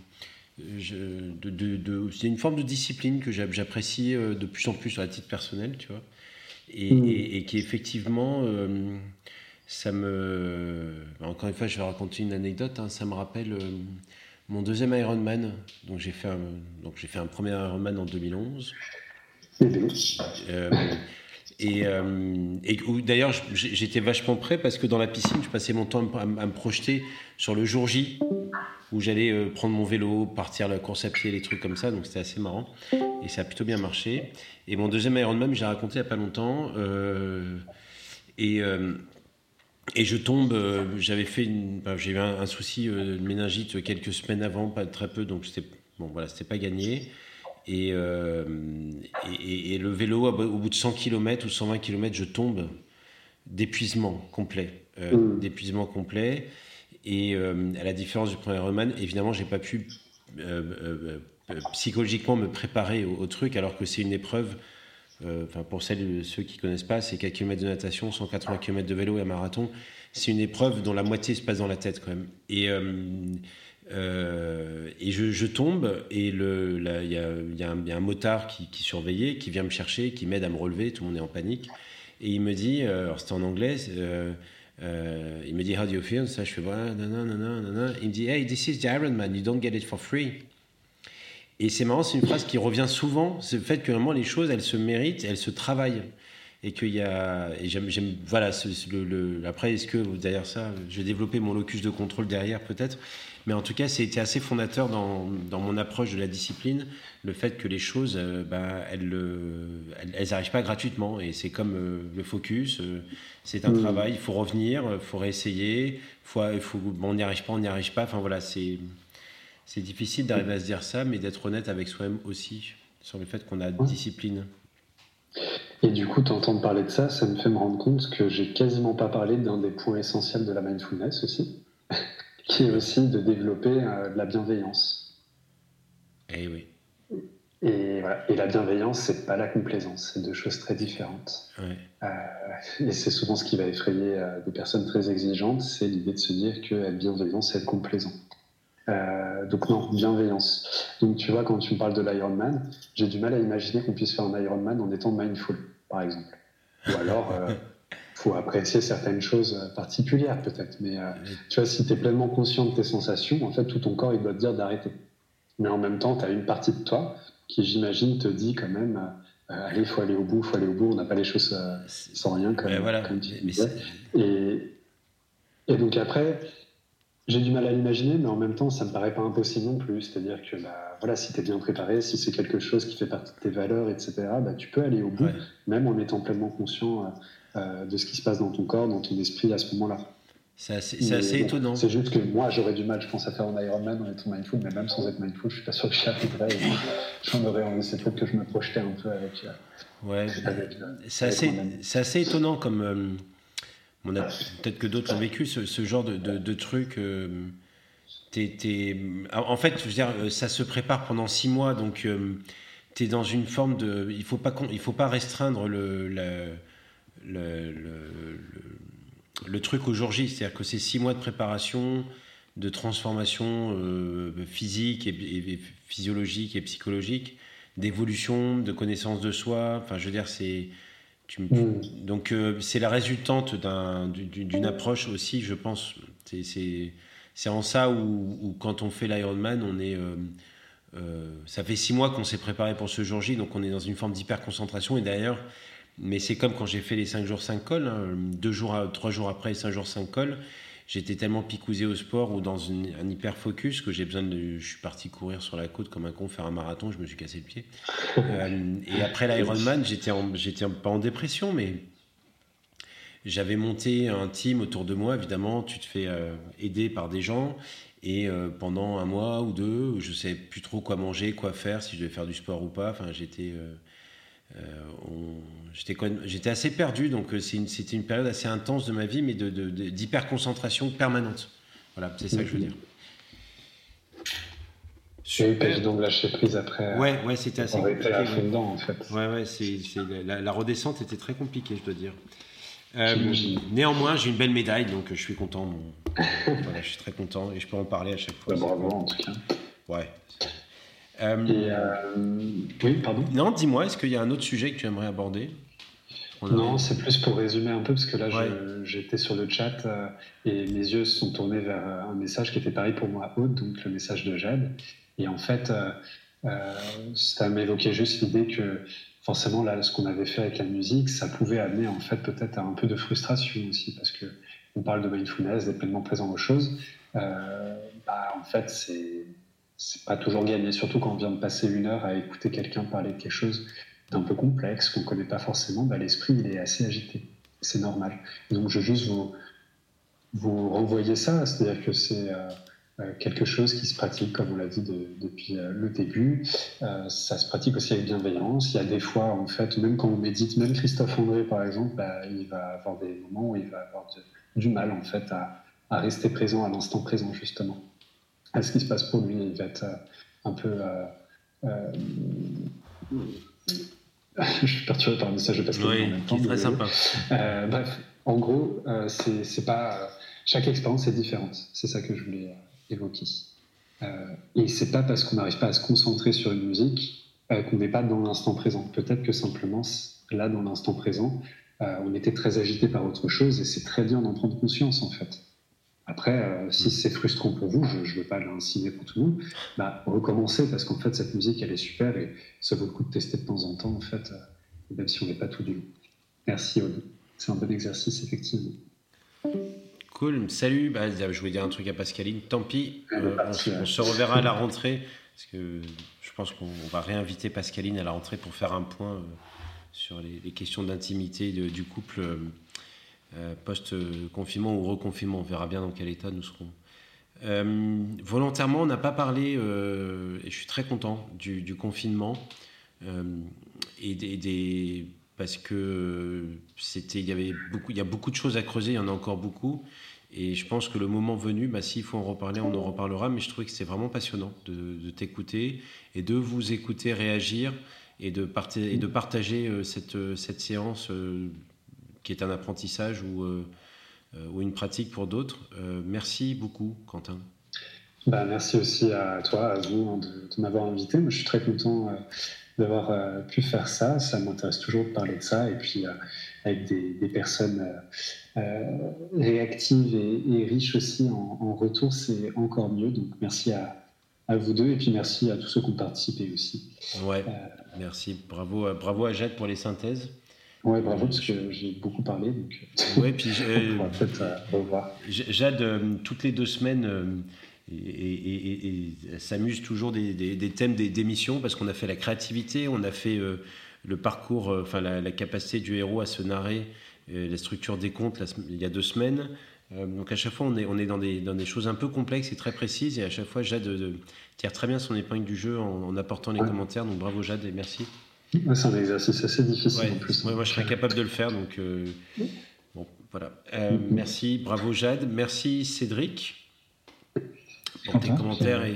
c'est une forme de discipline que j'apprécie de plus en plus à titre personnel, tu vois, et qui effectivement, encore une fois, je vais raconter une anecdote. Ça me rappelle mon deuxième Ironman. Donc j'ai fait un premier Ironman en 2011. Et où d'ailleurs j'étais vachement prêt parce que dans la piscine je passais mon temps à me projeter sur le jour J où j'allais prendre mon vélo, partir à la course à pied, les trucs comme ça, donc c'était assez marrant et ça a plutôt bien marché. Et mon deuxième Ironman, j'ai raconté il n'y a pas longtemps et je tombe, j'ai eu un souci de méningite quelques semaines avant, pas très peu, donc c'était pas gagné. Et le vélo, au bout de 100 km ou 120 km, je tombe d'épuisement complet. Et à la différence du premier Ironman, évidemment, j'ai pas pu psychologiquement me préparer au truc, alors que c'est une épreuve. Pour ceux qui connaissent pas, c'est 4 km de natation, 180 km de vélo et un marathon. C'est une épreuve dont la moitié se passe dans la tête quand même. Et je tombe et il y a un motard qui surveillait, qui vient me chercher, qui m'aide à me relever. Tout le monde est en panique et il me dit, alors c'était en anglais, il me dit how do you feel, ça je fais voilà, non. Il me dit hey, this is the Ironman, you don't get it for free. Et c'est marrant, c'est une phrase qui revient souvent, c'est le fait que vraiment les choses elles se méritent, elles se travaillent. Et qu'il y a, et j'aime voilà, après est-ce que derrière ça, je vais développer mon locus de contrôle derrière peut-être, mais en tout cas, ça a été assez fondateur dans mon approche de la discipline, le fait que les choses, elles n'arrivent pas gratuitement, et c'est comme le focus, c'est un travail, il faut revenir, il faut réessayer, on n'y arrive pas, enfin voilà, c'est difficile d'arriver à se dire ça, mais d'être honnête avec soi-même aussi, sur le fait qu'on a discipline. Et du coup, t'entendre parler de ça, ça me fait me rendre compte que j'ai quasiment pas parlé d'un des points essentiels de la mindfulness aussi, qui est aussi de développer de la bienveillance. Eh oui. Et voilà. Et la bienveillance, c'est pas la complaisance, c'est deux choses très différentes. Ouais. Et c'est souvent ce qui va effrayer des personnes très exigeantes, c'est l'idée de se dire que être bienveillant, c'est être complaisant. Donc non, bienveillance. Donc tu vois, quand tu me parles de l'Ironman, j'ai du mal à imaginer qu'on puisse faire un Ironman en étant mindful, par exemple. Ou alors, faut apprécier certaines choses particulières peut-être. Mais tu vois, si tu es pleinement conscient de tes sensations, en fait, tout ton corps, il doit te dire d'arrêter. Mais en même temps, tu as une partie de toi qui, j'imagine, te dit quand même allez, il faut aller au bout, on n'a pas les choses sans rien, comme tu disais. Et donc après... J'ai du mal à l'imaginer, mais en même temps, ça me paraît pas impossible non plus. C'est-à-dire que voilà, si tu es bien préparé, si c'est quelque chose qui fait partie de tes valeurs, etc., tu peux aller au bout, même en étant pleinement conscient de ce qui se passe dans ton corps, dans ton esprit à ce moment-là. C'est assez étonnant. C'est juste que moi, j'aurais du mal, je pense, à faire un Ironman en étant mindful, mais même sans être mindful, je suis pas sûr que j'y arriverais. J'en aurais envie, c'est peut-être que je me projetais un peu avec c'est assez étonnant comme... peut-être que d'autres ont vécu ce genre de truc. En fait, je veux dire, ça se prépare pendant 6 mois, donc tu es dans une forme de... Il faut pas restreindre le truc au jour J. C'est-à-dire que c'est 6 mois de préparation, de transformation physique et physiologique et psychologique, d'évolution, de connaissance de soi. Enfin, je veux dire, c'est... Donc c'est la résultante d'une approche aussi, je pense. C'est en ça où quand on fait l'Ironman, on est ça fait 6 mois qu'on s'est préparé pour ce jour J, donc on est dans une forme d'hyperconcentration. Et d'ailleurs, mais c'est comme quand j'ai fait les 5 jours 5 cols, 3 jours après 5 jours 5 cols, j'étais tellement picousé au sport ou dans un hyper focus que je suis parti courir sur la côte comme un con, faire un marathon, je me suis cassé le pied. Et après l'Ironman, j'étais pas en dépression, mais j'avais monté un team autour de moi. Évidemment, tu te fais aider par des gens. Et pendant un mois ou deux, je ne savais plus trop quoi manger, quoi faire, si je devais faire du sport ou pas. Enfin, j'étais assez perdu. Donc, c'était une période assez intense de ma vie, mais d'hyper-concentration permanente. Voilà, c'est ça que je veux dire. C'est pas évident de lâcher prise après. Ouais, c'était assez compliqué. À fond dedans, en fait. Ouais, la redescente était très compliquée, je dois dire. Néanmoins, j'ai une belle médaille, donc je suis content. Voilà, je suis très content et je peux en parler à chaque fois. Bravo, en tout cas. Ouais. Oui, pardon. Non, dis-moi, est-ce qu'il y a un autre sujet que tu aimerais aborder? Non, c'est plus pour résumer un peu, parce que là, j'étais sur le chat et mes yeux se sont tournés vers un message qui était pareil pour moi, Aude, donc le message de Jade. Et en fait, ça m'évoquait juste l'idée que forcément, là, ce qu'on avait fait avec la musique, ça pouvait amener en fait peut-être à un peu de frustration aussi, parce que on parle de mindfulness, d'être pleinement présent aux choses. En fait, c'est pas toujours gagné, surtout quand on vient de passer 1 heure à écouter quelqu'un parler de quelque chose d'un peu complexe, qu'on connaît pas forcément. L'esprit, il est assez agité. C'est normal. Donc, je veux juste vous renvoyer ça, c'est-à-dire que c'est quelque chose qui se pratique, comme on l'a dit depuis le début. Ça se pratique aussi avec bienveillance. Il y a des fois, en fait, même quand on médite, même Christophe André, par exemple, il va avoir des moments où il va avoir du mal, en fait, à rester présent à l'instant présent, justement. À ce qui se passe pour lui, il va être un peu... je suis perturbé par le message de Pascal. Oui, qui est très sympa. Bref, en gros, c'est pas... chaque expérience est différente. C'est ça que je voulais évoquer. Et c'est pas parce qu'on n'arrive pas à se concentrer sur une musique qu'on n'est pas dans l'instant présent. Peut-être que simplement, là, dans l'instant présent, on était très agité par autre chose et c'est très bien d'en prendre conscience, en fait. Après, si c'est frustrant pour vous, je ne veux pas l'insinuer pour tout le monde, recommencez, parce qu'en fait, cette musique, elle est super et ça vaut le coup de tester de temps en temps, en fait, même si on n'est pas tout du long. Merci, Aude. C'est un bon exercice, effectivement. Cool. Salut. Je voulais dire un truc à Pascaline. Tant pis. On se reverra à la rentrée, parce que je pense qu'on va réinviter Pascaline à la rentrée pour faire un point sur les questions d'intimité du couple post-confinement ou reconfinement. On verra bien dans quel état nous serons. Volontairement, on n'a pas parlé, et je suis très content, du confinement parce que il y a beaucoup de choses à creuser, il y en a encore beaucoup. Et je pense que le moment venu, s'il faut en reparler, on en reparlera. Mais je trouvais que c'était vraiment passionnant de t'écouter et de vous écouter réagir et de partager cette séance qui est un apprentissage ou une pratique pour d'autres. Merci beaucoup, Quentin. Merci aussi à toi, à vous, de m'avoir invité. Moi, je suis très content d'avoir pu faire ça. Ça m'intéresse toujours de parler de ça. Et puis, avec des personnes réactives et riches aussi en retour, c'est encore mieux. Donc, merci à vous deux. Et puis, merci à tous ceux qui ont participé aussi. Ouais, merci. Bravo à Jade pour les synthèses. Ouais, bravo, parce que j'ai beaucoup parlé. Donc, puis on va peut-être revoir. Jade, toutes les 2 semaines, et s'amuse toujours des thèmes d'émissions, parce qu'on a fait la créativité, on a fait le parcours, la capacité du héros à se narrer, la structure des contes il y a 2 semaines. Donc à chaque fois, on est dans des choses un peu complexes et très précises, et à chaque fois, Jade tire très bien son épingle du jeu en apportant les commentaires. Donc bravo Jade et merci. C'est un exercice assez difficile en plus. Moi, je serais capable de le faire, donc bon, voilà. Merci, bravo Jade, merci Cédric pour tes commentaires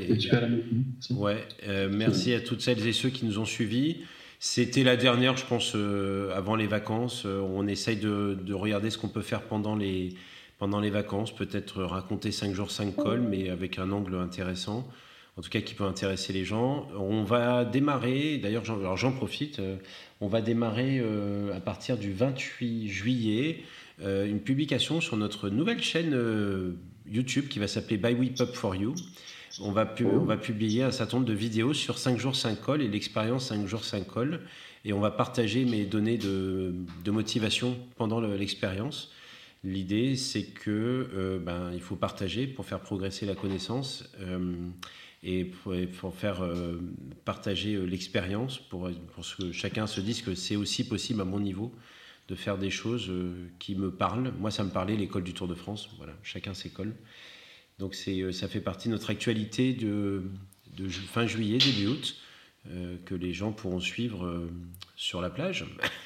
merci à toutes celles et ceux qui nous ont suivis. C'était la dernière, je pense, avant les vacances. On essaye de regarder ce qu'on peut faire pendant les vacances, peut-être raconter 5 jours 5 cols, mais avec un angle intéressant. En tout cas, qui peut intéresser les gens. On va démarrer, d'ailleurs, j'en profite, on va démarrer à partir du 28 juillet une publication sur notre nouvelle chaîne YouTube qui va s'appeler By We Pub For You. On va publier un certain nombre de vidéos sur 5 jours 5 cols et l'expérience 5 jours 5 cols. Et on va partager mes données de motivation pendant l'expérience. L'idée, c'est que il faut partager pour faire progresser la connaissance et pour faire partager l'expérience, pour que chacun se dise que c'est aussi possible à mon niveau de faire des choses qui me parlent. Moi, ça me parlait l'école du Tour de France. Voilà, chacun s'école. Donc ça fait partie de notre actualité de fin juillet, début août, que les gens pourront suivre sur la plage.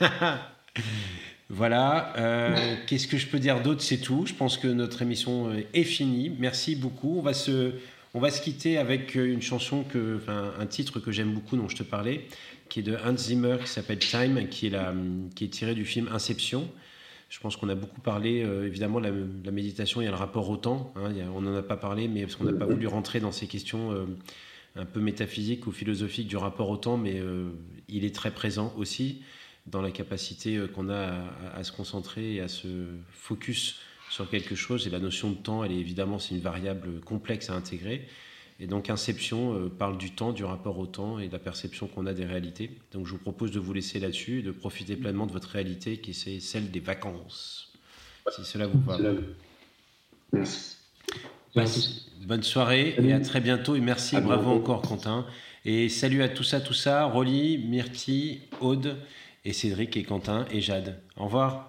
Voilà, qu'est-ce que je peux dire d'autre? C'est tout. Je pense que notre émission est finie. Merci beaucoup. On va se quitter avec une chanson, un titre que j'aime beaucoup, dont je te parlais, qui est de Hans Zimmer, qui s'appelle Time, qui est tiré du film Inception. Je pense qu'on a beaucoup parlé, évidemment, la méditation, il y a le rapport au temps. On n'en a pas parlé, mais parce qu'on n'a pas voulu rentrer dans ces questions un peu métaphysiques ou philosophiques du rapport au temps, mais il est très présent aussi dans la capacité qu'on a à se concentrer et à se focus sur quelque chose. Et la notion de temps, évidemment, c'est une variable complexe à intégrer. Et donc Inception parle du temps, du rapport au temps et de la perception qu'on a des réalités. Donc je vous propose de vous laisser là-dessus et de profiter pleinement de votre réalité qui est celle des vacances. Si cela vous va. Merci. Bonne soirée et à très bientôt. Et merci, bravo encore Quentin. Et salut à tout ça, Rolly, Myrtille, Aude et Cédric et Quentin et Jade. Au revoir.